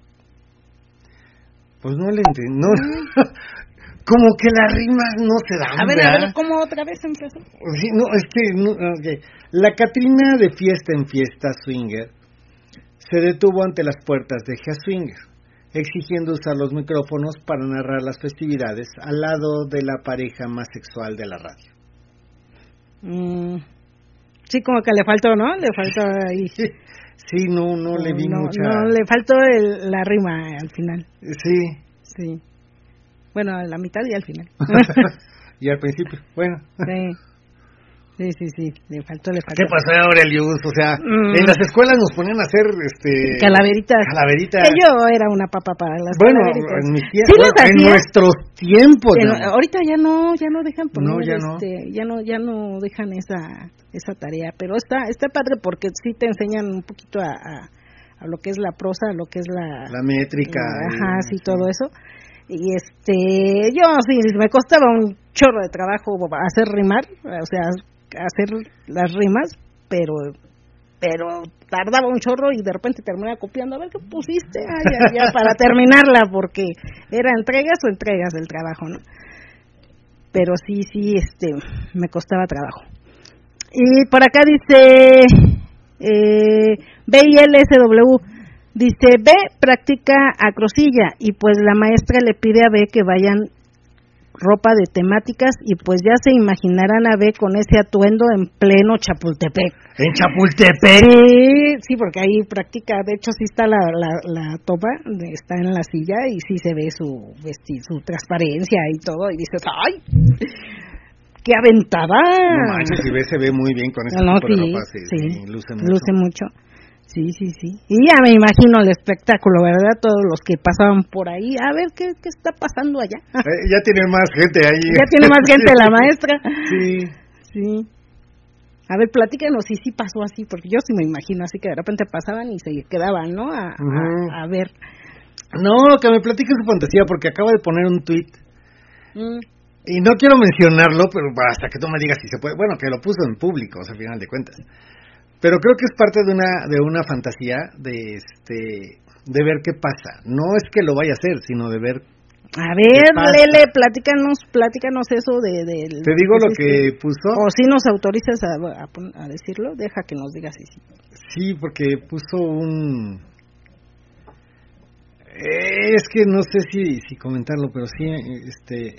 Pues no le entiendo, no, como que las rimas no se dan. A ver, ¿verdad? a ver, ¿cómo otra vez empezó? Sí, no, es que, no, okay. La Catrina de fiesta en fiesta Swinger se detuvo ante las puertas de Gea Swinger, exigiendo usar los micrófonos para narrar las festividades al lado de la pareja más sexual de la radio. Mm, sí, como que le faltó, ¿no? Le faltó ahí. Sí, no, no le vi no, mucha... No, le faltó el, la rima al final. Sí. Sí. Bueno, a la mitad y al final. Y al principio, bueno. Sí. Sí, sí, sí, le faltó, le faltó. ¿Qué pasó, Aurelio? O sea, mm. en las escuelas nos ponían a hacer este calaveritas. Calaveritas. Que yo era una papa para las bueno, calaveritas. En, mi tie- ¿Sí bueno, en nuestros tiempos. En, ahorita ya no, ya no dejan poner, no, ya este, no. ya no, ya no dejan esa, esa tarea. Pero está, está padre porque sí te enseñan un poquito a, a, a lo que es la prosa, a lo que es la, la métrica, la, ajá, sí, sí, todo eso. Y este, yo sí, me costaba un chorro de trabajo hacer rimar, o sea, hacer las rimas, pero pero tardaba un chorro y de repente terminaba copiando, a ver qué pusiste, ah, ya, ya, para terminarla, porque era entregas o entregas del trabajo, ¿no? Pero sí, sí, este, me costaba trabajo. Y por acá dice eh, B I L S W, dice, B practica acrosilla y pues la maestra le pide a B que vayan ropa de temáticas y pues ya se imaginarán a B con ese atuendo en pleno Chapultepec. ¿En Chapultepec? Sí, sí, porque ahí practica, de hecho sí está la, la, la toma, está en la silla y sí se ve su vestido, su transparencia y todo, y dices, ¡ay! ¡Qué aventada! No manches, si ve, se ve muy bien con ese no, tipo sí, de ropa, sí, sí, sí, luce mucho. Luce mucho. Sí, sí, sí. Y ya me imagino el espectáculo, ¿verdad? Todos los que pasaban por ahí. A ver, ¿qué, qué está pasando allá? Eh, ya tiene más gente ahí. Ya tiene más gente la maestra. Sí. Sí. A ver, platícanos si sí pasó así, porque yo sí me imagino así que de repente pasaban y se quedaban, ¿no? A, uh-huh. a, a ver. No, que me platique su fantasía, porque acaba de poner un tuit. Mm. Y no quiero mencionarlo, pero hasta que tú me digas si se puede. Bueno, que lo puso en público, o sea, al final de cuentas. Pero creo que es parte de una de una fantasía de este de ver qué pasa. No es que lo vaya a hacer, sino de ver. A ver, Lele, platícanos, platícanos eso de, de te digo lo que puso. O si nos autorizas a, a, a decirlo, deja que nos digas si sí. Sí, porque puso un. Es que no sé si si comentarlo, pero sí, este.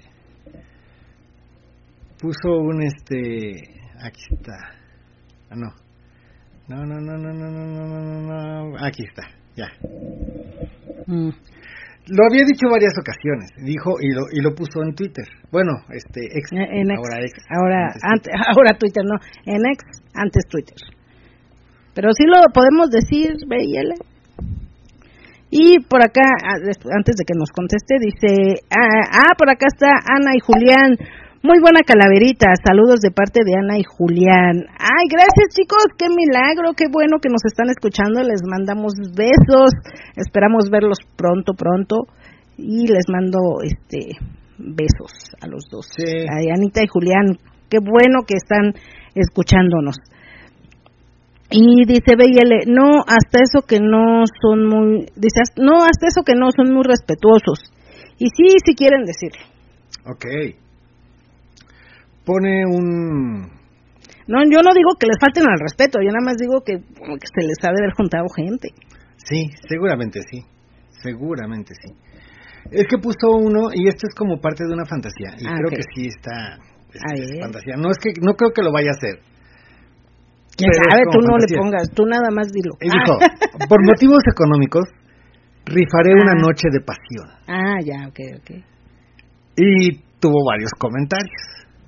Puso un este. Aquí está. Ah, no. No, no, no, no, no, no, no, no, no, aquí está. ya. Mm. Lo había dicho varias ocasiones, dijo y lo y lo puso en Twitter. Bueno, este ex, en ex ahora ex, ahora antes, Twitter. ahora Twitter no, en ex antes Twitter. Pero sí lo podemos decir, B y L. Y por acá, antes de que nos conteste, dice, ah, ah, por acá está Ana y Julián. Muy buena calaverita, saludos de parte de Ana y Julián. Ay, gracias chicos, qué milagro, qué bueno que nos están escuchando, les mandamos besos, esperamos verlos pronto, pronto, y les mando este besos a los dos, sí. A Anita y Julián, qué bueno que están escuchándonos. Y dice B y L, no, hasta eso que no son muy, dice, no, hasta eso que no son muy respetuosos, y sí, sí quieren decirlo. Okay. Pone un... No, yo no digo que les falten al respeto, yo nada más digo que, que se les ha de haber juntado gente. Sí, seguramente sí, seguramente sí. Es que puso uno, y esto es como parte de una fantasía, y ah, creo okay. que sí está, es, es fantasía. No es que, no creo que lo vaya a hacer. ¿Quién sabe? Tú no fantasía. Le pongas, tú nada más dilo. Y dijo, por motivos económicos, rifaré ah. una noche de pasión. Ah, ya, ok, ok. Y tuvo varios comentarios.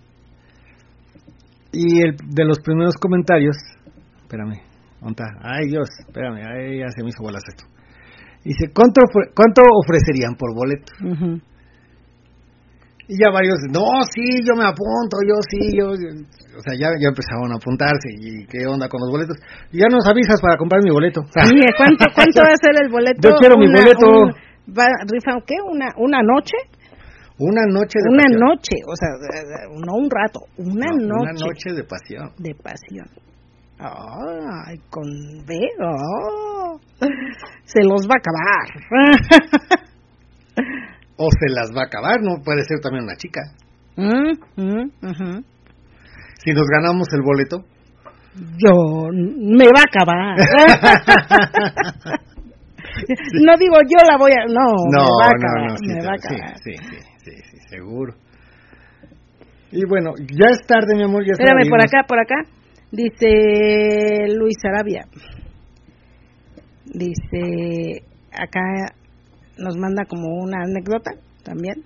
Y el de los primeros comentarios, espérame, ¿dónde está? Ay Dios, espérame, ay, ya se me hizo bolas esto. Dice, ¿cuánto, cuánto ofrecerían por boleto? Uh-huh. Y ya varios, no, sí, yo me apunto, yo sí, yo, o sea, ya, ya empezaron a apuntarse, y qué onda con los boletos. Y ya nos avisas para comprar mi boleto. Sí, ¿cuánto, cuánto va a ser el boleto? Yo quiero una, mi boleto. Un, va, ¿rifa qué? ¿Una, una noche? Una noche de una pasión. Una noche, o sea, no un rato, una no, noche. Una noche de pasión. De pasión. Ay, con B, oh, se los va a acabar. O se las va a acabar, no puede ser también una chica. Mm, mm, uh-huh. Si nos ganamos el boleto. Yo, me va a acabar. No digo yo la voy a, no, no me va a acabar, no, no, sí, me va a acabar. Sí, sí, sí, sí, seguro. Y bueno, ya es tarde, mi amor, ya es tarde. Espérame, por acá, por acá, dice Luis Arabia, dice, acá nos manda como una anécdota también,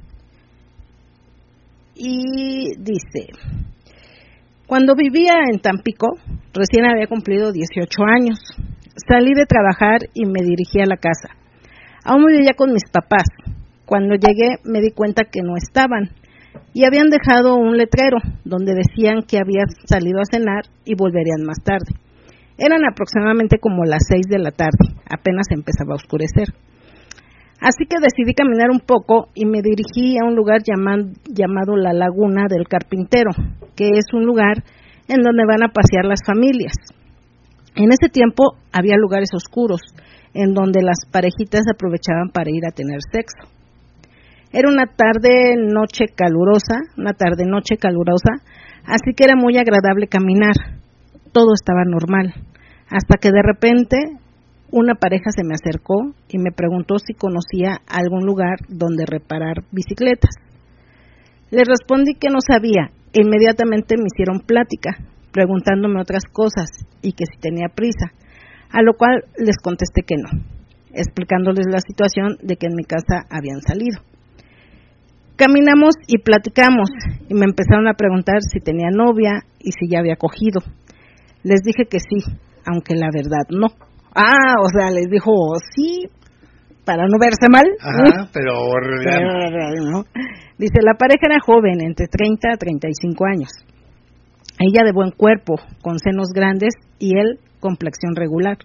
y dice, cuando vivía en Tampico, recién había cumplido dieciocho años, salí de trabajar y me dirigí a la casa. Aún vivía con mis papás. Cuando llegué me di cuenta que no estaban y habían dejado un letrero donde decían que habían salido a cenar y volverían más tarde. Eran aproximadamente como las seis de la tarde, apenas empezaba a oscurecer. Así que decidí caminar un poco y me dirigí a un lugar llamado, llamado La Laguna del Carpintero, que es un lugar en donde van a pasear las familias. En ese tiempo había lugares oscuros, en donde las parejitas aprovechaban para ir a tener sexo. Era una tarde-noche calurosa, una tarde-noche calurosa, así que era muy agradable caminar. Todo estaba normal, hasta que de repente una pareja se me acercó y me preguntó si conocía algún lugar donde reparar bicicletas. Les respondí que no sabía e inmediatamente me hicieron plática, preguntándome otras cosas y que si tenía prisa, a lo cual les contesté que no, explicándoles la situación de que en mi casa habían salido. Caminamos y platicamos y me empezaron a preguntar si tenía novia y si ya había cogido. Les dije que sí, aunque la verdad no. Ah, o sea, les dijo sí para no verse mal. Ajá, pero, pero no. Dice, la pareja era joven, entre treinta a treinta y cinco años. Ella de buen cuerpo, con senos grandes, y él complexión regular.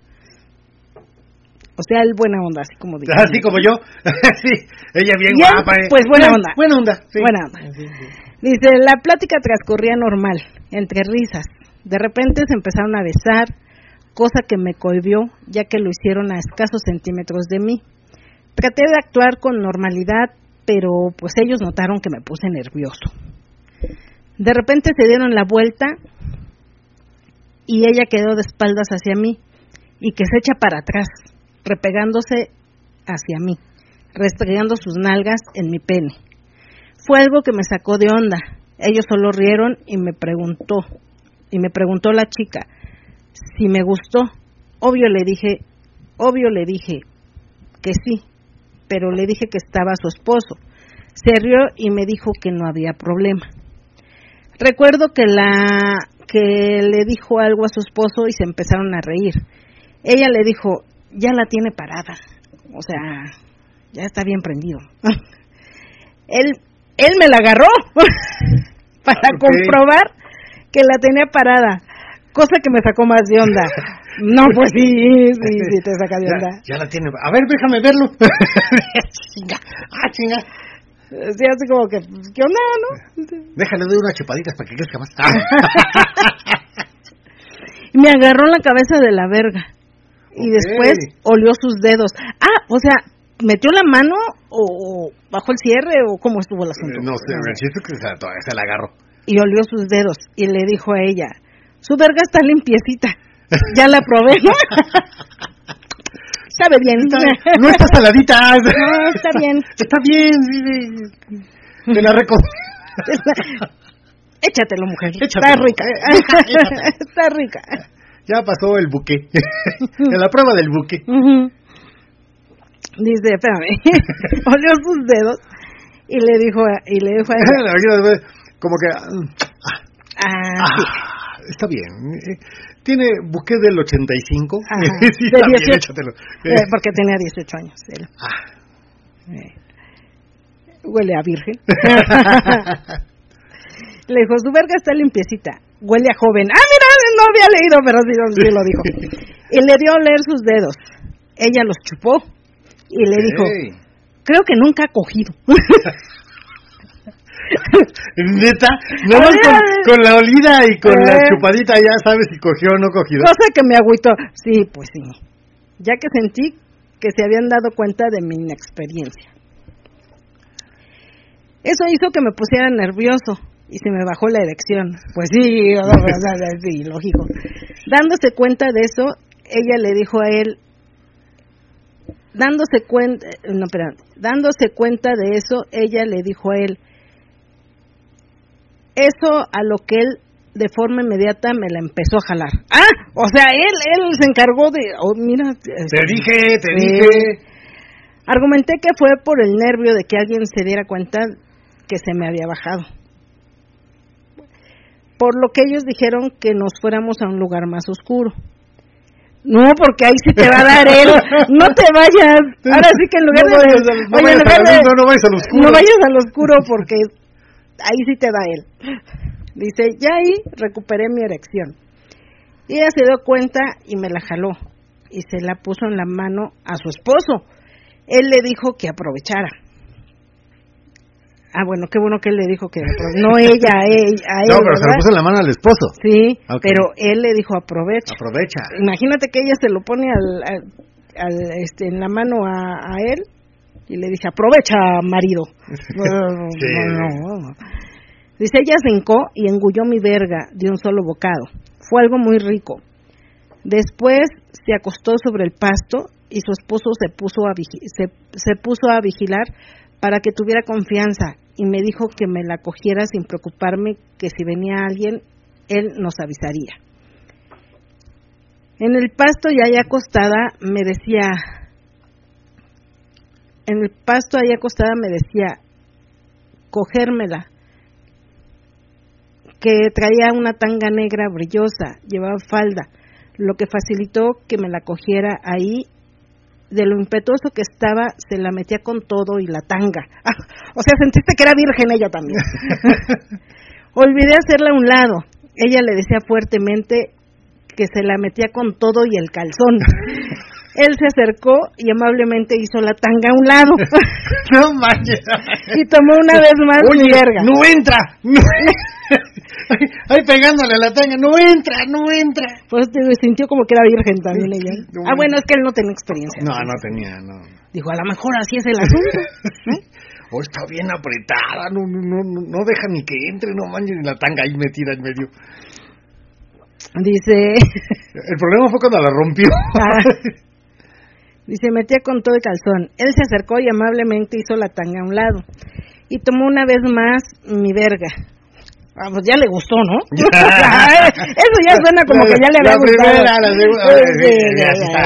O sea, él buena onda, así como digo. Así como yo. Sí, ella bien y guapa. Él, pues buena onda. Buena onda. Sí. Buena onda. Sí, sí. Dice, la plática transcurría normal, entre risas. De repente se empezaron a besar, cosa que me cohibió, ya que lo hicieron a escasos centímetros de mí. Traté de actuar con normalidad, pero pues ellos notaron que me puse nervioso. De repente se dieron la vuelta y ella quedó de espaldas hacia mí y que se echa para atrás, repegándose hacia mí, restregando sus nalgas en mi pene. Fue algo que me sacó de onda. Ellos solo rieron y me preguntó, y me preguntó la chica si me gustó. Obvio le dije, Obvio le dije que sí, pero le dije que estaba su esposo. Se rió y me dijo que no había problema. Recuerdo que la que le dijo algo a su esposo y se empezaron a reír. Ella le dijo, ya la tiene parada, o sea, ya está bien prendido. él, él me la agarró para okay. comprobar que la tenía parada, cosa que me sacó más de onda. No, pues sí, sí, sí, te saca de onda. Ya, ya la tiene, a ver, déjame verlo. Chinga, ah, chinga. Sí, así como que, ¿qué onda, no? Déjale, doy unas chupaditas para que crezca más. Me agarró la cabeza de la verga. Y okay. después olió sus dedos. Ah, o sea, ¿metió la mano o bajó el cierre o cómo estuvo el asunto? Eh, no sé, me siento que se, todavía se la agarró. Y olió sus dedos y le dijo a ella, su verga está limpiecita. Ya la probé, ¿no? Sabe bien. Está, no está saladita. No, está bien. Está bien. Sí, sí. Me la recomiendo. Échatelo, mujer. Échatelo. Está rica. Échatelo. Está rica. Ya pasó el buque. En la prueba del buque. Uh-huh. Dice, espérame. Olió sus dedos y le dijo a, y le dijo a ella. Como que. Ah, ah sí. Está bien. Tiene buque del ochenta y cinco. Ajá, sí, de está dieciocho, bien, échatelo. Eh, porque tenía dieciocho años. Él. Ah. Eh, huele a virgen. Le dijo, su verga está limpiecita. Huele a joven. Ah, mira, no había leído, pero sí, sí lo dijo. Y le dio a oler sus dedos. Ella los chupó y le dijo, creo que nunca ha cogido. Neta, nada más con, con la olida y con eh, la chupadita ya sabes si cogió o no cogido. Cosa que me agüitó. Sí, pues sí. Ya que sentí que se habían dado cuenta de mi inexperiencia. Eso hizo que me pusiera nervioso y se me bajó la erección. Pues sí, sí, lógico. Dándose cuenta de eso, ella le dijo a él, dándose cuenta, no, perdón, dándose cuenta de eso, ella le dijo a él, eso a lo que él de forma inmediata me la empezó a jalar. Ah, o sea, él él se encargó de, oh, mira, te dije, te eh, dije. Argumenté que fue por el nervio de que alguien se diera cuenta que se me había bajado. Por lo que ellos dijeron que nos fuéramos a un lugar más oscuro. No, porque ahí sí te va a dar él. No te vayas. Ahora sí que en lugar no de, vayas al, no, oye, vayas de no, no vayas al oscuro. No vayas al oscuro porque ahí sí te da él. Dice, ya ahí recuperé mi erección. Y ella se dio cuenta y me la jaló y se la puso en la mano a su esposo. Él le dijo que aprovechara. Ah, bueno, qué bueno que él le dijo que no ella, a él. A él no, pero ¿verdad? Se lo puso en la mano al esposo. Sí, okay. Pero él le dijo aprovecha. Aprovecha. Imagínate que ella se lo pone al, al, al este en la mano a, a él y le dice aprovecha, marido. Sí. No, no, no. Dice, ella se hincó y engulló mi verga de un solo bocado. Fue algo muy rico. Después se acostó sobre el pasto y su esposo se puso a vigi- se, se puso a vigilar para que tuviera confianza y me dijo que me la cogiera sin preocuparme que si venía alguien, él nos avisaría. En el pasto y allá acostada me decía, en el pasto allá acostada me decía, cogérmela, que traía una tanga negra brillosa, llevaba falda, lo que facilitó que me la cogiera ahí. De lo impetuoso que estaba, se la metía con todo y la tanga. Ah, o sea, sentiste que era virgen ella también. Olvidé hacerla a un lado. Ella le decía fuertemente que se la metía con todo y el calzón. Él se acercó y amablemente hizo la tanga a un lado. No manches. Y tomó una vez más Oye, mi verga. No entra. No. Ahí pegándole a la tanga, no entra, no entra. Pues te sintió como que era virgen también ella. No, ah, bueno, es que él no tenía experiencia. No, no tenía, no. Dijo, a lo mejor así es el asunto. ¿Eh? O oh, está bien apretada, no, no, no, no deja ni que entre, no manches, ni la tanga ahí metida en medio. Dice... El problema fue cuando la rompió. Ah. Dice, metía con todo el calzón. Él se acercó y amablemente hizo la tanga a un lado. Y tomó una vez más mi verga. Ah, pues ya le gustó, ¿no? Eso ya suena como que ya le había la gustado. Primera, la segunda, sí, ya, ya, ya.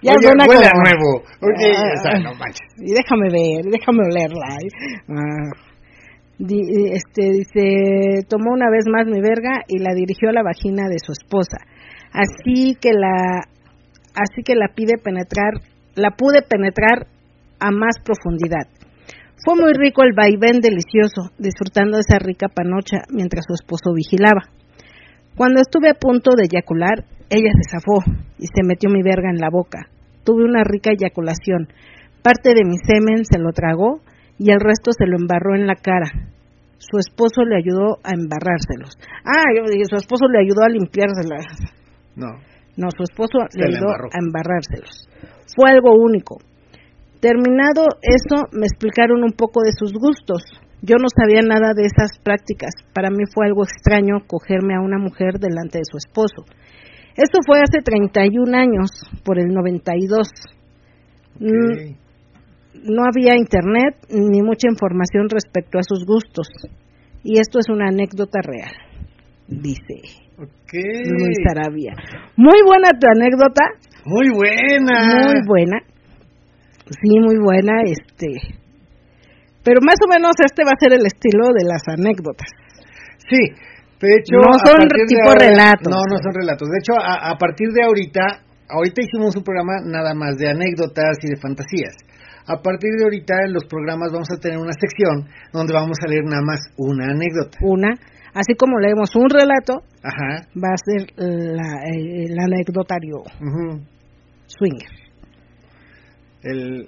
Ya Oye, suena huele como... a nuevo. Oye, Ah, o sea, no manches. Y déjame ver, déjame olerla. Ah. Di- este dice, tomó una vez más mi verga y la dirigió a la vagina de su esposa. Así que la así que la pide penetrar, la pude penetrar a más profundidad. Fue muy rico el vaivén delicioso, disfrutando de esa rica panocha mientras su esposo vigilaba. Cuando estuve a punto de eyacular, ella se zafó y se metió mi verga en la boca. Tuve una rica eyaculación. Parte de mi semen se lo tragó y el resto se lo embarró en la cara. Su esposo le ayudó a embarrárselos. Ah, yo dije, su esposo le ayudó a limpiárselas. No. No, su esposo Se le le ayudó embarró. a embarrárselos. Fue algo único. Terminado eso, me explicaron un poco de sus gustos. Yo no sabía nada de esas prácticas. Para mí fue algo extraño cogerme a una mujer delante de su esposo. Esto fue hace treinta y un años, por el noventa y dos. Okay. No había internet ni mucha información respecto a sus gustos. Y esto es una anécdota real, dice Okay. Luis Arabia. Muy buena tu anécdota. Muy buena. Muy buena. Sí, muy buena, este. Pero más o menos este va a ser el estilo de las anécdotas. Sí, de hecho... No a son partir de tipo ahora- relatos. No, no son relatos. De hecho, a, a partir de ahorita, ahorita hicimos un programa nada más de anécdotas y de fantasías. A partir de ahorita, en los programas vamos a tener una sección donde vamos a leer nada más una anécdota. Una, así como leemos un relato, Ajá. va a ser la, el, el anecdotario Ujú. swinger. El...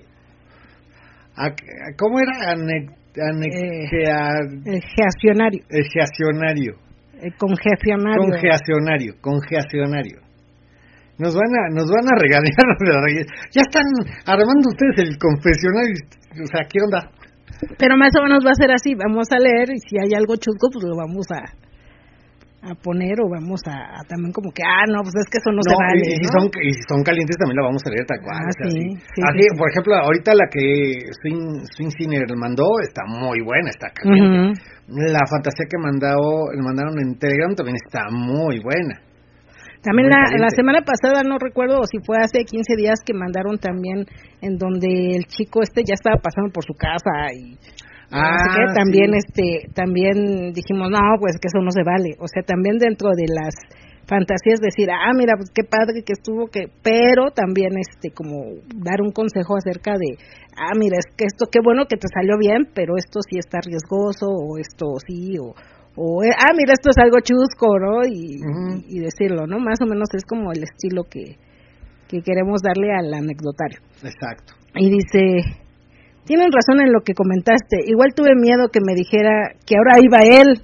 a- a- ¿Cómo era? Ane, ane, Eh, gea- El geacionario. el geacionario. El congestionario. Congeacionario, congeacionario. Nos van a, nos van a regañar, ya están armando ustedes el confesionario, o sea, ¿qué onda? Pero más o menos va a ser así, vamos a leer y si hay algo chusco, pues lo vamos a a poner o vamos a, a también como que, ah, no, pues es que eso no, se vale, y, y si ¿no? son, y si son calientes también la vamos a leer tal cual. Ah, o sea, sí, así. sí, Así, sí, sí. por ejemplo, ahorita la que Swing, Swing Sinner mandó está muy buena, está caliente. Uh-huh. La fantasía que mandó, le mandaron en Telegram también está muy buena. También la, la semana pasada, no recuerdo si fue hace quince días que mandaron también en donde el chico este ya estaba pasando por su casa y ah, no sé qué, también sí. este también dijimos, no, pues que eso no se vale. O sea, también dentro de las fantasías decir, ah, mira, pues qué padre que estuvo, que pero también este como dar un consejo acerca de, ah, mira, es que esto, qué bueno que te salió bien, pero esto sí está riesgoso, o esto sí, o o ah, mira, esto es algo chusco, ¿no? Y, uh-huh. y, y decirlo, ¿no? Más o menos es como el estilo que, que queremos darle al anecdotario. Exacto. Y dice, tienen razón en lo que comentaste, igual tuve miedo que me dijera que ahora iba él.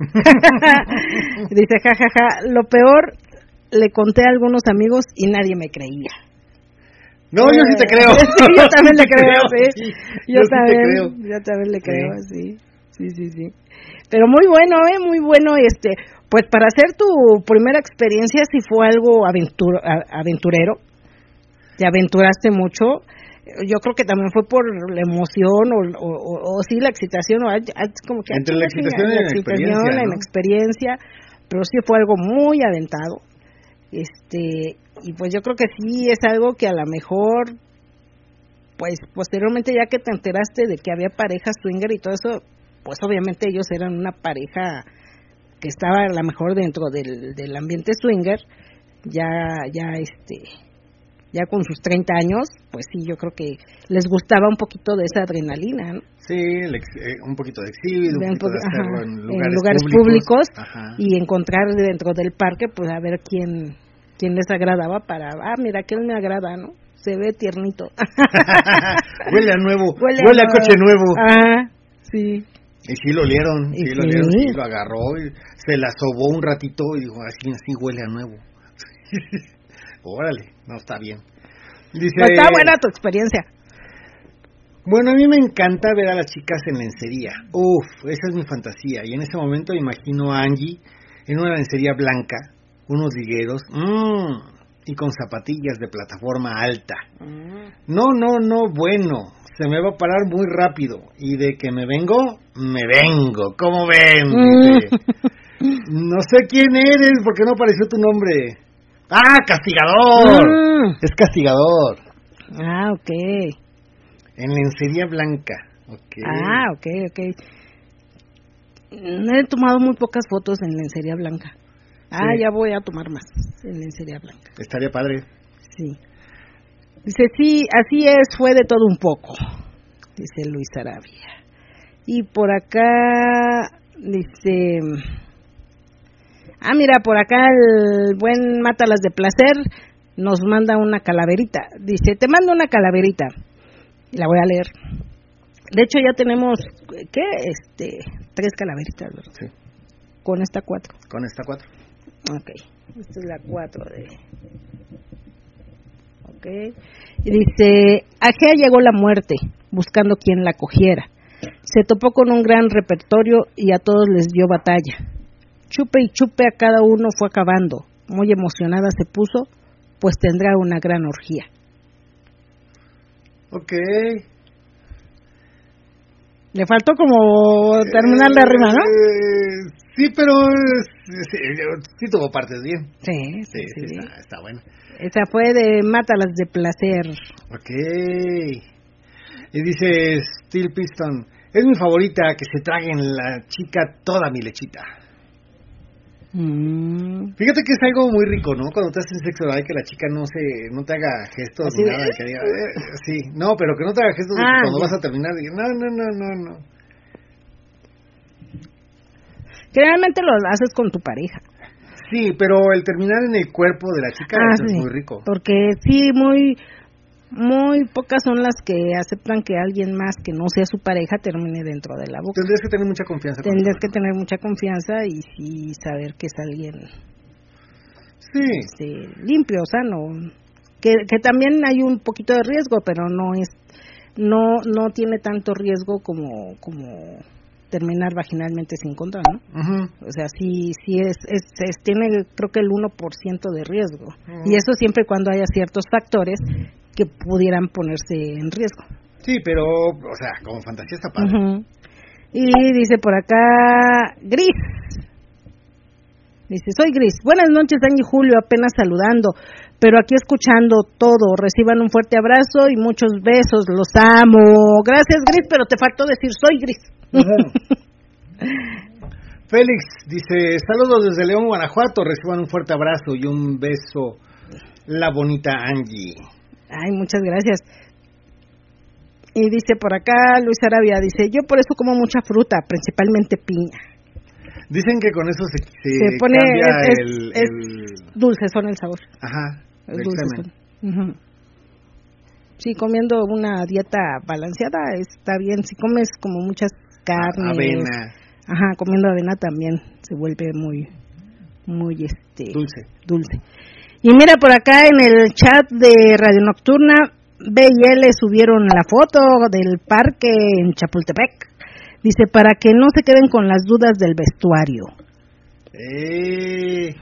Dice, jajaja, ja, ja. Lo peor, le conté a algunos amigos y nadie me creía. No, eh, yo sí te creo. Sí, yo también le creo, sí. sí. Yo, Yo también, sí te creo. yo también le creo, sí. Sí, sí, sí. Pero muy bueno, ¿eh? Muy bueno, este, pues para hacer tu primera experiencia, si fue algo aventur, aventurero, te aventuraste mucho, yo creo que también fue por la emoción o, o, o, o sí la excitación, o como que... Entre la excitación y la experiencia, la ¿no? experiencia, pero sí fue algo muy aventado, este, y pues yo creo que sí es algo que a lo mejor, pues posteriormente ya que te enteraste de que había parejas swinger y todo eso, pues obviamente ellos eran una pareja que estaba a lo mejor dentro del, del ambiente swinger, ya ya este ya con sus treinta años, pues sí, yo creo que les gustaba un poquito de esa adrenalina, ¿no? Sí, el ex, eh, un poquito de exhibir, un, un poquito de hacerlo ajá, en lugares, en lugares públicos, públicos y encontrar dentro del parque, pues a ver quién quién les agradaba para, ah, mira, que él me agrada, ¿no? Se ve tiernito. Huele a nuevo, huele, huele a, a coche nuevo. Ah, sí. Y sí lo olieron, sí, sí lo olieron, sí lo agarró, y se la sobó un ratito y dijo, así, así huele a nuevo. Órale, no, está bien. Dice, no, está buena tu experiencia. Bueno, a mí me encanta ver a las chicas en lencería. Uf, esa es mi fantasía. Y en ese momento imagino a Angie en una lencería blanca, unos ligueros, mmm, y con zapatillas de plataforma alta. Mm. No, no, no, bueno, se me va a parar muy rápido. Y de que me vengo, me vengo. ¿Cómo ven? Dice, no sé quién eres porque no apareció tu nombre. ¡Ah, Castigador! Mm. Es Castigador. Ah, ok. En lencería blanca. Okay. Ah, ok, ok. He tomado muy pocas fotos en lencería blanca. Ah, sí. Ya voy a tomar más en lencería blanca. Estaría padre. Sí. Dice, sí, así es, fue de todo un poco, dice Luis Arabia. Y por acá, dice... Ah, mira, por acá el buen Mátalas de Placer nos manda una calaverita. Dice, te mando una calaverita. Y la voy a leer. De hecho, ya tenemos, ¿qué? Este, tres calaveritas, ¿verdad? Sí. Con esta cuatro. Con esta cuatro. Ok, esta es la cuatro de... Ok. Y dice, Agea llegó la muerte, buscando quien la cogiera. Se topó con un gran repertorio y a todos les dio batalla. Chupe y chupe a cada uno fue acabando. Muy emocionada se puso, pues tendrá una gran orgía. Ok. Le faltó como terminar la rima, ¿no? Eh, sí, pero sí, sí tuvo partes bien. Sí, sí, sí, sí, sí sí. Está, está buena. Esa fue de Mátalas de Placer. Ok. Y dice Steel Piston, es mi favorita, que se traguen la chica toda mi lechita. Mm. Fíjate que es algo muy rico, ¿no? Cuando te hacen sexo oral, que la chica no se, no te haga gestos ni nada, que diga, eh, sí, no, pero que no te haga gestos de ah, que cuando ya. vas a terminar, diga, no, no, no, no, no. Generalmente lo haces con tu pareja. Sí, pero el terminar en el cuerpo de la chica, ah, eso sí. es muy rico. Porque sí, muy, muy pocas son las que aceptan que alguien más que no sea su pareja termine dentro de la boca. Tendrías que tener mucha confianza. Tendrías que tener mucha confianza y sí saber que es alguien sí. este, limpio, sano. Que, que también hay un poquito de riesgo, pero no es, no, no tiene tanto riesgo como, como terminar vaginalmente sin condón, ¿no? Uh-huh. O sea, sí, sí es, es, es, tiene creo que el uno por ciento de riesgo. Uh-huh. Y eso siempre y cuando haya ciertos factores que pudieran ponerse en riesgo. Sí, pero, o sea, como fantasía está padre. Uh-huh. Y dice por acá, Gris. Dice, soy Gris. Buenas noches, Dani y Julio, apenas saludando, pero aquí escuchando todo. Reciban un fuerte abrazo y muchos besos, los amo. Gracias, Gris, pero te faltó decir, soy Gris. Uh-huh. Félix dice, saludos desde León, Guanajuato, reciban un fuerte abrazo y un beso, la bonita Angie. Ay, muchas gracias. Y dice por acá Luis Arabia, dice, yo por eso como mucha fruta, principalmente piña. Dicen que con eso se, se, se pone, cambia es, el, es el... dulce son el sabor. Ajá, es del dulce semen. Uh-huh. Sí, comiendo una dieta balanceada está bien. Si comes como muchas carnes, avena, ajá, comiendo avena también se vuelve muy, muy este dulce. Dulce. Y mira por acá en el chat de Radio Nocturna, B y L subieron la foto del parque en Chapultepec. Dice, para que no se queden con las dudas del vestuario. Eh.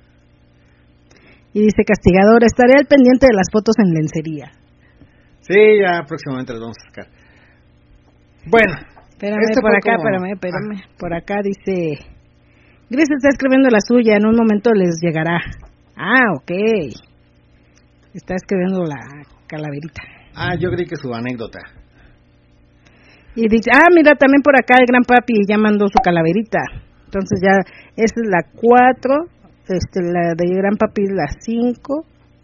Y dice, castigador, estaré al pendiente de las fotos en lencería. Sí, ya próximamente las vamos a sacar. Bueno. Espérame, este por acá, como... espérame, espérame. Ah. Por acá dice, Gris está escribiendo la suya, en un momento les llegará. Ah, ok. Está escribiendo la calaverita. Ah, yo creí que su anécdota. Y dice, ah, mira, también por acá el gran papi ya mandó su calaverita. Entonces ya, esa es la cuatro, este, la de gran papi la cinco,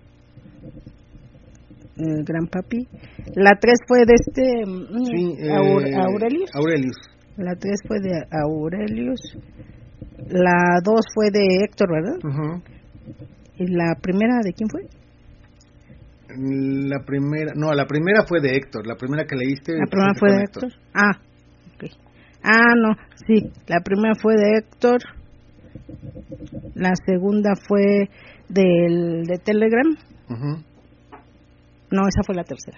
el gran papi. La tres fue de este, sí, eh, Aure, Aurelius. Aurelius. La tres fue de Aurelius. La dos fue de Héctor, ¿verdad? Uh-huh. ¿Y la primera de quién fue? La primera, no, la primera fue de Héctor, la primera que leíste. La primera fue de Héctor. Héctor. Ah, ok. Ah, no, sí, la primera fue de Héctor. La segunda fue del de Telegram. Uh-huh. No, esa fue la tercera.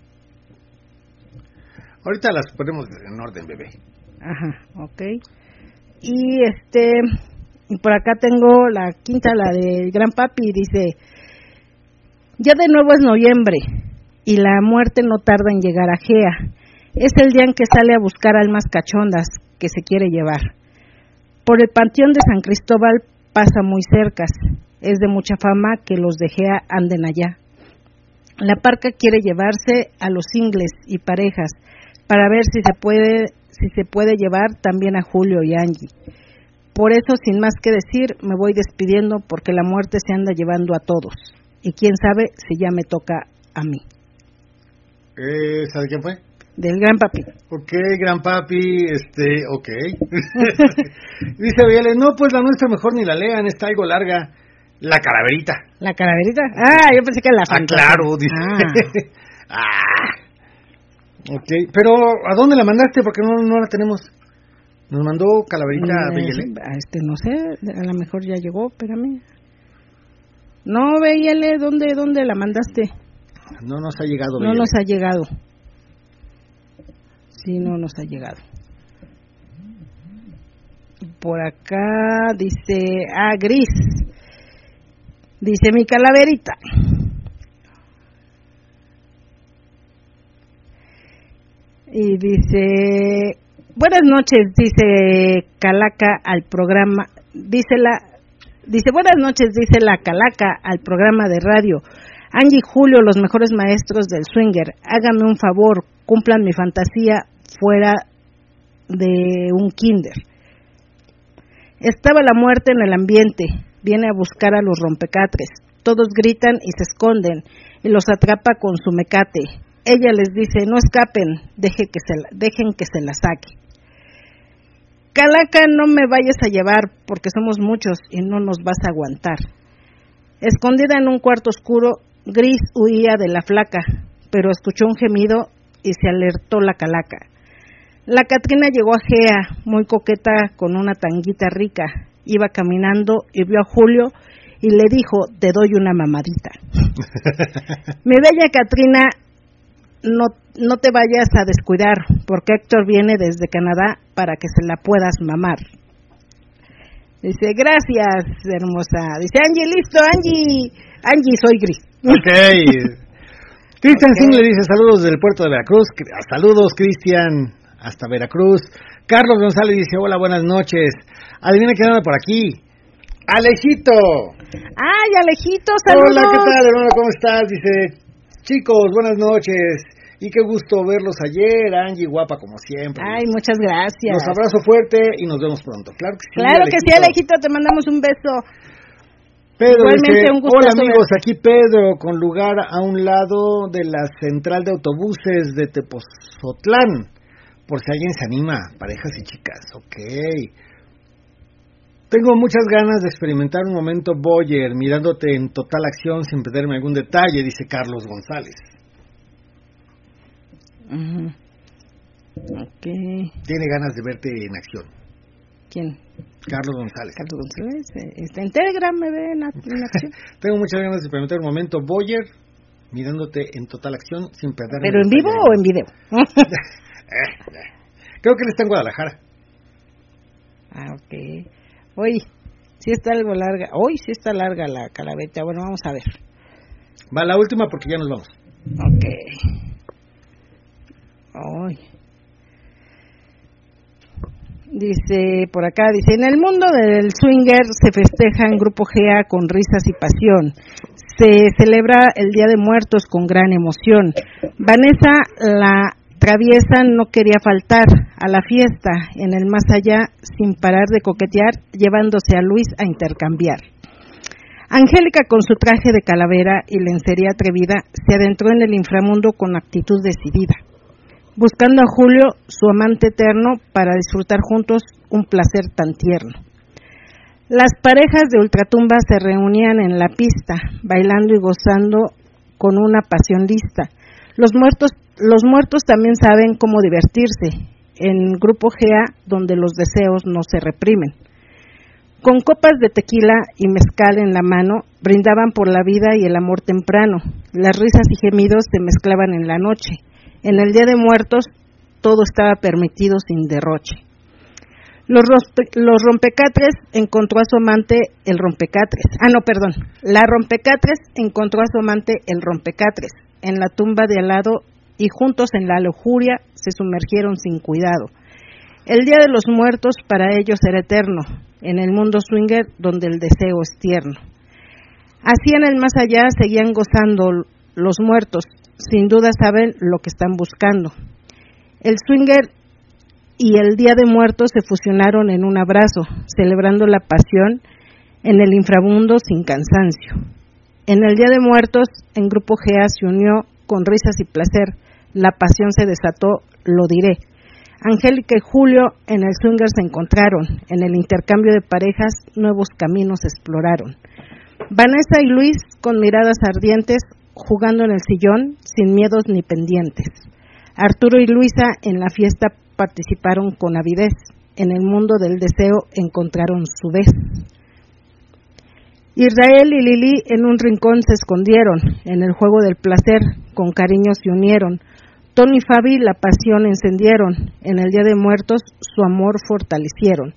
Ahorita las ponemos en orden, bebé. Ajá, ok. Y este, y por acá tengo la quinta, la del gran papi, dice, ya de nuevo es noviembre y la muerte no tarda en llegar a Gea. Es el día en que sale a buscar almas cachondas que se quiere llevar. Por el panteón de San Cristóbal pasa muy cercas. Es de mucha fama que los de Gea anden allá. La parca quiere llevarse a los singles y parejas para ver si se puede, si se puede llevar también a Julio y Angie. Por eso, sin más que decir, me voy despidiendo porque la muerte se anda llevando a todos. Y quién sabe si ya me toca a mí. Eh, ¿Sabe quién fue? Del Gran Papi. Ok, Gran Papi, este, ok. Dice Viale, no, pues la nuestra mejor ni la lean, está algo larga. La calaverita. ¿La calaverita? Ah, yo pensé que la fantasía. Ah, claro, dice. Ah. ah. Ok, pero ¿a dónde la mandaste? Porque no, no la tenemos. Nos mandó calaverita mm, Viale. Este, no sé, a lo mejor ya llegó, espérame. No, Viale, ¿dónde, dónde la mandaste? No nos ha llegado, No Viale. nos ha llegado. Sí, no nos ha llegado. Por acá dice, ah, Gris. Dice mi calaverita. Y dice, buenas noches, dice Calaca al programa, dice la, dice buenas noches, dice la Calaca al programa de radio. Angie y Julio, los mejores maestros del swinger, háganme un favor, cumplan mi fantasía fuera de un kinder. Estaba la muerte en el ambiente, viene a buscar a los rompecatres, todos gritan y se esconden, y los atrapa con su mecate. Ella les dice, no escapen, deje que se la, dejen que se la saque. Calaca, no me vayas a llevar, porque somos muchos y no nos vas a aguantar. Escondida en un cuarto oscuro, Gris huía de la flaca, pero escuchó un gemido y se alertó la Calaca. La Catrina llegó a Gea, muy coqueta, con una tanguita rica. Iba caminando y vio a Julio y le dijo, te doy una mamadita. Mi bella Catrina, no, no te vayas a descuidar, porque Héctor viene desde Canadá para que se la puedas mamar. Dice, gracias, hermosa. Dice, Angie, listo, Angie. Angie, soy Gris. Ok. Cristian okay. Singh le dice, saludos del puerto de Veracruz. Saludos, Cristian, hasta Veracruz. Carlos González dice, hola, buenas noches. Adivina quién anda por aquí. Alejito. Ay, Alejito, saludos. Hola, ¿qué tal, hermano? ¿Cómo estás? Dice, chicos, buenas noches. Y qué gusto verlos ayer, Angie, guapa como siempre. Ay, muchas gracias. Los abrazo fuerte y nos vemos pronto. Claro que sí, Claro Alejito. que sí, Alejito, te mandamos un beso. Pedro dice, hola amigos, ver. Aquí Pedro, con lugar a un lado de la central de autobuses de Tepozotlán, por si alguien se anima, parejas y chicas. Ok. Tengo muchas ganas de experimentar un momento Boyer, mirándote en total acción sin perderme algún detalle, dice Carlos González. Uh-huh. Okay. Tiene ganas de verte en acción. ¿Quién? Carlos González. Carlos González, está en Telegram, me ve en, en acción. Tengo muchas ganas de experimentar un momento Boyer, mirándote en total acción sin perderme. ¿Pero en vivo o en video? Creo que él está en Guadalajara. Ah, ok. Hoy sí está algo larga. Hoy sí está larga la calaveta. Bueno, vamos a ver. Va la última porque ya nos vamos. Ok. Hoy. Dice por acá, dice, en el mundo del swinger se festeja en Grupo G A con risas y pasión. Se celebra el Día de Muertos con gran emoción. Vanessa, la traviesa, no quería faltar a la fiesta en el más allá sin parar de coquetear, llevándose a Luis a intercambiar. Angélica, con su traje de calavera y lencería atrevida, se adentró en el inframundo con actitud decidida, buscando a Julio, su amante eterno, para disfrutar juntos un placer tan tierno. Las parejas de ultratumba se reunían en la pista, bailando y gozando con una pasión lista. Los muertos, los muertos también saben cómo divertirse, en Grupo G A, donde los deseos no se reprimen. Con copas de tequila y mezcal en la mano, brindaban por la vida y el amor temprano. Las risas y gemidos se mezclaban en la noche. En el Día de Muertos, todo estaba permitido sin derroche. Los, rompe, los rompecatres encontró a su amante el rompecatres. Ah, no, perdón. La rompecatres encontró a su amante el rompecatres en la tumba de al lado y juntos en la lujuria se sumergieron sin cuidado. El Día de los Muertos para ellos era eterno, en el mundo swinger donde el deseo es tierno. Así en el más allá seguían gozando los muertos, sin duda saben lo que están buscando. El swinger y el Día de Muertos se fusionaron en un abrazo, celebrando la pasión en el inframundo sin cansancio. En el Día de Muertos, en Grupo G A se unió con risas y placer, la pasión se desató, lo diré. Angélica y Julio en el swinger se encontraron, en el intercambio de parejas nuevos caminos exploraron. Vanessa y Luis con miradas ardientes, jugando en el sillón, sin miedos ni pendientes. Arturo y Luisa en la fiesta participaron con avidez, en el mundo del deseo encontraron su vez. Israel y Lili en un rincón se escondieron, en el juego del placer, con cariño se unieron. Tony y Fabi la pasión encendieron, en el Día de Muertos su amor fortalecieron.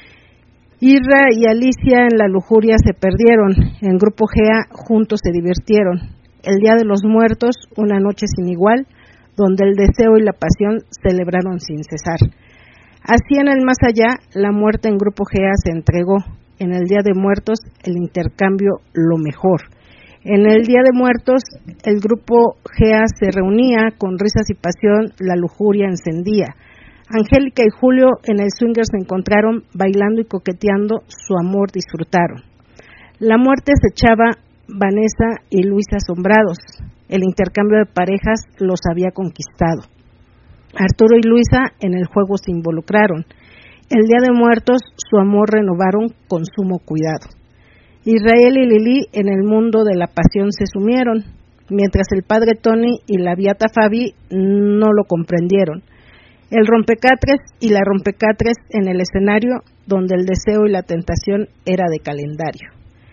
Irra y Alicia en la lujuria se perdieron, en Grupo G A juntos se divirtieron. El Día de los Muertos, una noche sin igual, donde el deseo y la pasión celebraron sin cesar. Así en el más allá, la muerte en Grupo G A se entregó, en el Día de Muertos el intercambio lo mejor. En el Día de Muertos el Grupo G A se reunía, con risas y pasión la lujuria encendía. Angélica y Julio en el swinger se encontraron, bailando y coqueteando, su amor disfrutaron. La muerte se echaba, Vanessa y Luis asombrados, el intercambio de parejas los había conquistado. Arturo y Luisa en el juego se involucraron, el Día de Muertos su amor renovaron con sumo cuidado. Israel y Lili en el mundo de la pasión se sumieron, mientras el padre Tony y la beata Fabi no lo comprendieron. El rompecatres y la rompecatres en el escenario, donde el deseo y la tentación era de calendario.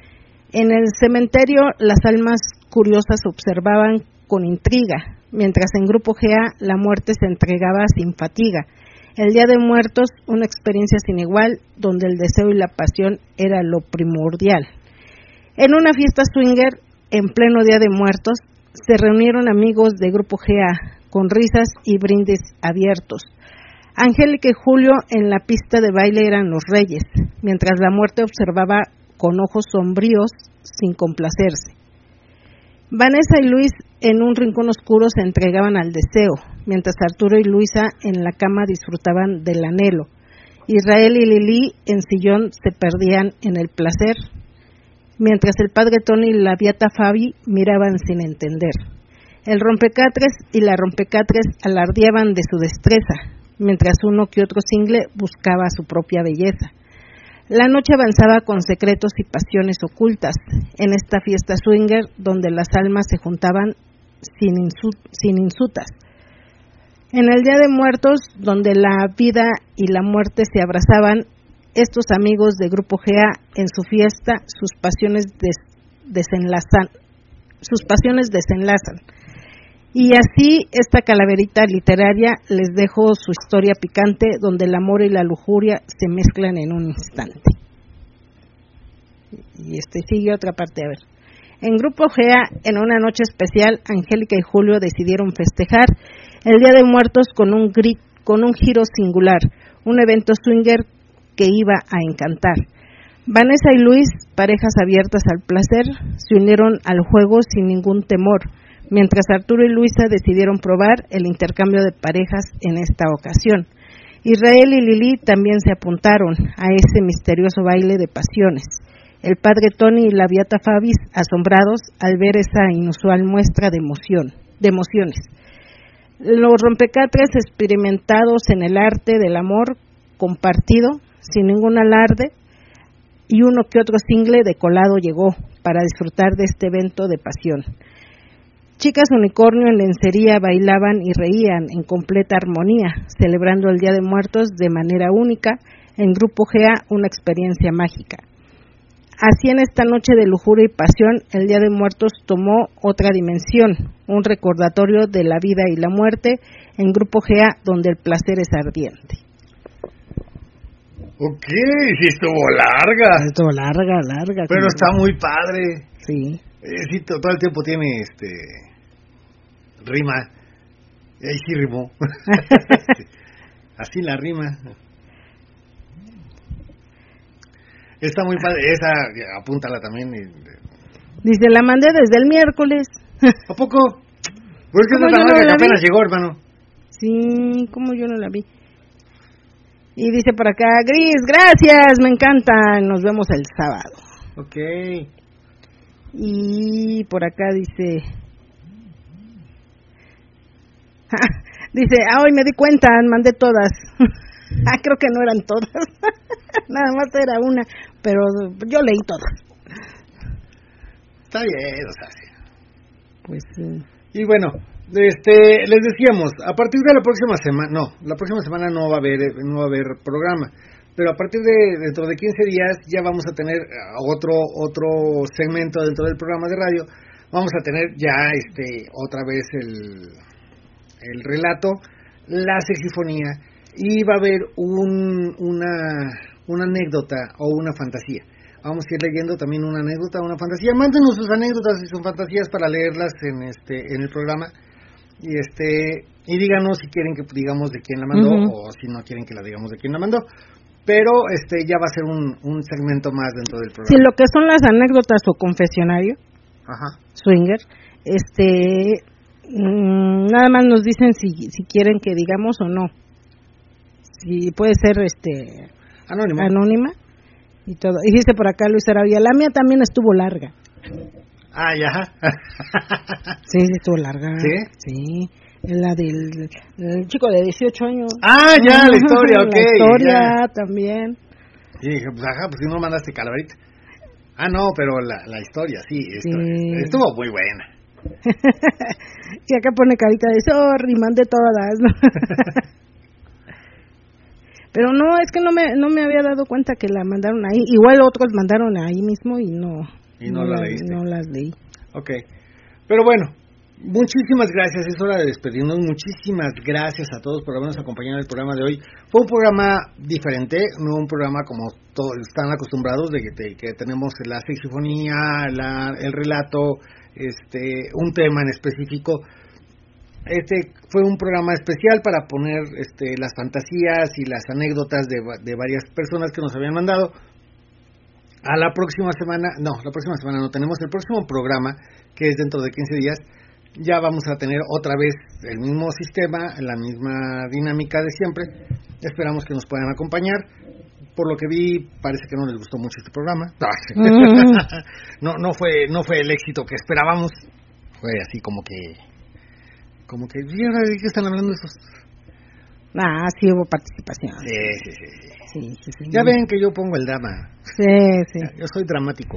En el cementerio las almas curiosas observaban con intriga, mientras en Grupo G A la muerte se entregaba sin fatiga. El Día de Muertos, una experiencia sin igual, donde el deseo y la pasión era lo primordial. En una fiesta swinger, en pleno Día de Muertos, se reunieron amigos de Grupo G A, con risas y brindis abiertos. Angélica y Julio en la pista de baile eran los reyes, mientras la muerte observaba con ojos sombríos, sin complacerse. Vanessa y Luis en un rincón oscuro se entregaban al deseo, mientras Arturo y Luisa en la cama disfrutaban del anhelo. Israel y Lili en sillón se perdían en el placer, mientras el padre Tony y la beata Fabi miraban sin entender. El rompecatres y la rompecatres alardeaban de su destreza, mientras uno que otro single buscaba su propia belleza. La noche avanzaba con secretos y pasiones ocultas, en esta fiesta swinger donde las almas se juntaban sin, insu- sin insultas. En el Día de Muertos, donde la vida y la muerte se abrazaban, estos amigos de Grupo G A en su fiesta sus pasiones des- desenlazan, sus pasiones desenlazan. Y así esta calaverita literaria les dejo su historia picante, donde el amor y la lujuria se mezclan en un instante. Y este sigue otra parte, a ver. En Grupo G A, en una noche especial, Angélica y Julio decidieron festejar el Día de Muertos con un grit, con un giro singular, un evento swinger que iba a encantar. Vanessa y Luis, parejas abiertas al placer, se unieron al juego sin ningún temor, mientras Arturo y Luisa decidieron probar el intercambio de parejas en esta ocasión. Israel y Lili también se apuntaron a ese misterioso baile de pasiones. El padre Tony y la beata Fabi asombrados al ver esa inusual muestra de emoción, de emociones. Los rompecatres experimentados en el arte del amor compartido, sin ningún alarde, y uno que otro single de colado llegó para disfrutar de este evento de pasión. Chicas unicornio en lencería bailaban y reían en completa armonía, celebrando el Día de Muertos de manera única, en Grupo G A una experiencia mágica. Así en esta noche de lujuria y pasión, el Día de Muertos tomó otra dimensión, un recordatorio de la vida y la muerte, en Grupo G A donde el placer es ardiente. Ok, sí estuvo larga. Estuvo larga, larga. Pero está muy padre. Sí. Eh, sí, todo el tiempo tiene este rima. Ahí sí rimó. Así la rima. Está muy padre. Esa, apúntala también. Dice, la mandé desde el miércoles. ¿A poco? Pues que esa no que apenas llegó, hermano. Sí, como yo no la vi. Y dice por acá, Gris, gracias, me encanta, nos vemos el sábado. Ok. Y por acá dice, dice, ah, hoy me di cuenta, mandé todas. Ah, creo que no eran todas, nada más era una, pero yo leí todas. Está bien, o sea, sí. Pues sí. Y bueno, este, les decíamos, a partir de la próxima semana, no, la próxima semana no va a haber, no va a haber programa, pero a partir de dentro de quince días ya vamos a tener otro otro segmento dentro del programa de radio. Vamos a tener ya este otra vez el el relato, la sexifonía, y va a haber un una una anécdota o una fantasía. Vamos a ir leyendo también una anécdota o una fantasía. Mándenos sus anécdotas y sus fantasías para leerlas en este en el programa. Y este y díganos si quieren que digamos de quién la mandó, uh-huh, o si no quieren que la digamos de quién la mandó. Pero este ya va a ser un, un segmento más dentro del programa. Sí, lo que son las anécdotas o confesionario, ajá, swinger, este, mmm, nada más nos dicen si si quieren que digamos o no. Si puede ser este anónima. Anónima y todo. Y dice por acá Luis Arabia, la mía también estuvo larga. Ah, ya. Sí, sí estuvo larga. ¿Sí? Sí. La del, del chico de dieciocho años. Ah, ya, la historia, ok. La historia ya. También. Sí, dije, pues ajá, pues si no mandaste calaverita. Ah, no, pero la, la historia, sí, esto, sí. Estuvo muy buena. Y acá pone carita de sorry, mandé todas, ¿no? Pero no, es que no me no me había dado cuenta que la mandaron ahí. Igual otros mandaron ahí mismo y no. Y no, no la, la leíste. No las leí. Ok, pero bueno. Muchísimas gracias, es hora de despedirnos. Muchísimas gracias a todos por habernos acompañado en el programa de hoy. Fue un programa diferente, no un programa como todos están acostumbrados, de que, de que tenemos la sexifonía, la, el relato, este, un tema en específico. Este fue un programa especial para poner este, las fantasías y las anécdotas de, de varias personas que nos habían mandado. A la próxima semana, no, la próxima semana no tenemos el próximo programa, que es dentro de quince días. Ya vamos a tener otra vez el mismo sistema, la misma dinámica de siempre. Esperamos que nos puedan acompañar. Por lo que vi, parece que no les gustó mucho este programa. Mm. no, no fue, no fue el éxito que esperábamos. Fue así como que, como que, ¿y ahora de qué están hablando estos? Ah, sí hubo participación. Sí, sí, sí. sí. sí, sí, sí. Ya ven que yo pongo el drama. Sí, sí. Yo soy dramático.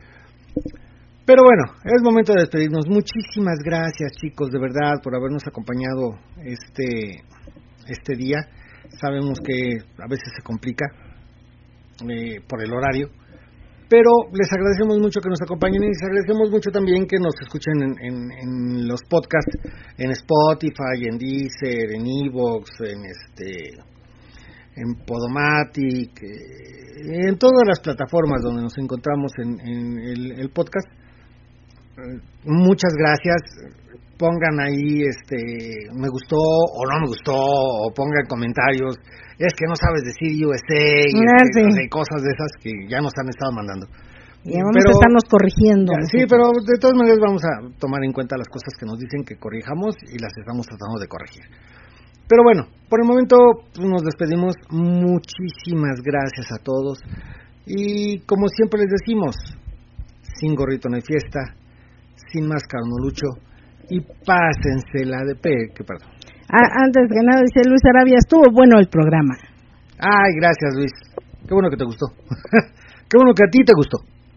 Pero bueno, es momento de despedirnos. Muchísimas gracias, chicos, de verdad, por habernos acompañado este este día. Sabemos que a veces se complica eh, por el horario, pero les agradecemos mucho que nos acompañen y les agradecemos mucho también que nos escuchen en, en, en los podcasts, en Spotify, en Deezer, en Evox, en este, en Podomatic, eh, en todas las plataformas donde nos encontramos en, en el, el podcast. Muchas gracias. Pongan ahí este me gustó o no me gustó, o pongan comentarios, es que no sabes decir U S A y ah, este, sí. cosas de esas que ya nos han estado mandando. Y vamos pero, a estarnos corrigiendo. Ya, sí, pero de todas maneras vamos a tomar en cuenta las cosas que nos dicen que corrijamos y las estamos tratando de corregir. Pero bueno, por el momento nos despedimos. Muchísimas gracias a todos. Y como siempre les decimos, sin gorrito no hay fiesta, sin máscara no lucho, y pásensela de pe... que perdón. Ah, antes que nada, dice Luis Arabia, estuvo bueno el programa. Ay, gracias, Luis. Qué bueno que te gustó. Qué bueno que a ti te gustó.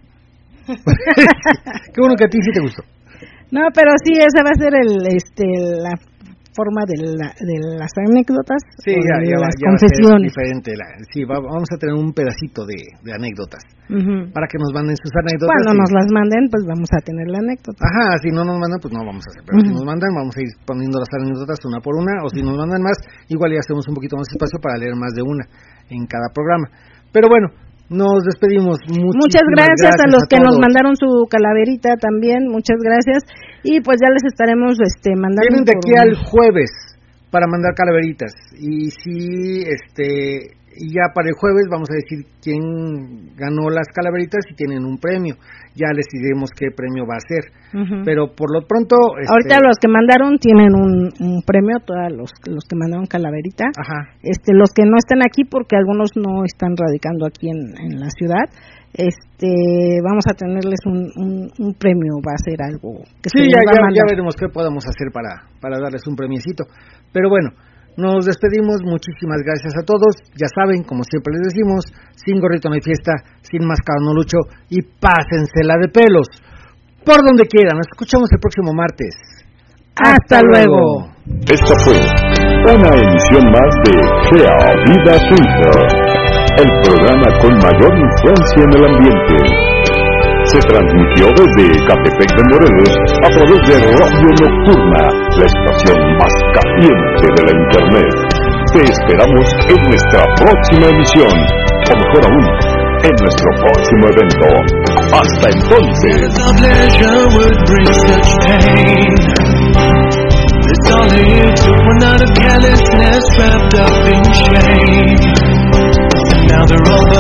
Qué bueno que a ti sí te gustó. No, pero sí, esa va a ser el este la forma de, la, de las anécdotas. Sí, ya, de ya, las ya confesiones. Va a ser diferente. La, sí, va, vamos a tener un pedacito de, de anécdotas. Uh-huh. Para que nos manden sus anécdotas. Cuando y... nos las manden, pues vamos a tener la anécdota. Ajá, si no nos mandan, pues no vamos a hacer. Pero uh-huh. si nos mandan, vamos a ir poniendo las anécdotas una por una. O si nos mandan más, igual ya hacemos un poquito más espacio para leer más de una en cada programa. Pero bueno, nos despedimos. Muchas gracias, gracias a los a que nos mandaron su calaverita también. Muchas gracias. Y pues ya les estaremos este mandando. Vienen de aquí un... al jueves para mandar calaveritas. Y si este y ya para el jueves vamos a decir quién ganó las calaveritas y tienen un premio. Ya les diremos qué premio va a ser. Uh-huh. Pero por lo pronto... Ahorita este... los que mandaron tienen un, un premio, todos los, los que mandaron calaverita. Ajá. Este, los que no están aquí, porque algunos no están radicando aquí en, en la ciudad, este, vamos a tenerles un, un, un premio, va a ser algo que sí, se ya, les va ya, a mandar. ya veremos qué podemos hacer para, para darles un premiecito. Pero bueno, nos despedimos, muchísimas gracias a todos. Ya saben, como siempre les decimos, sin gorrito no hay fiesta, sin máscara no lucho y pásensela de pelos. Por donde quieran, nos escuchamos el próximo martes. Hasta, Hasta luego. Esta fue una emisión más de Gea Vida Swinger, el programa con mayor influencia en el ambiente. Se transmitió desde Catepec de Morelos a través de Radio Nocturna, la estación más caliente de la Internet. Te esperamos en nuestra próxima emisión, o mejor aún, en nuestro próximo evento. Hasta entonces. Now they're all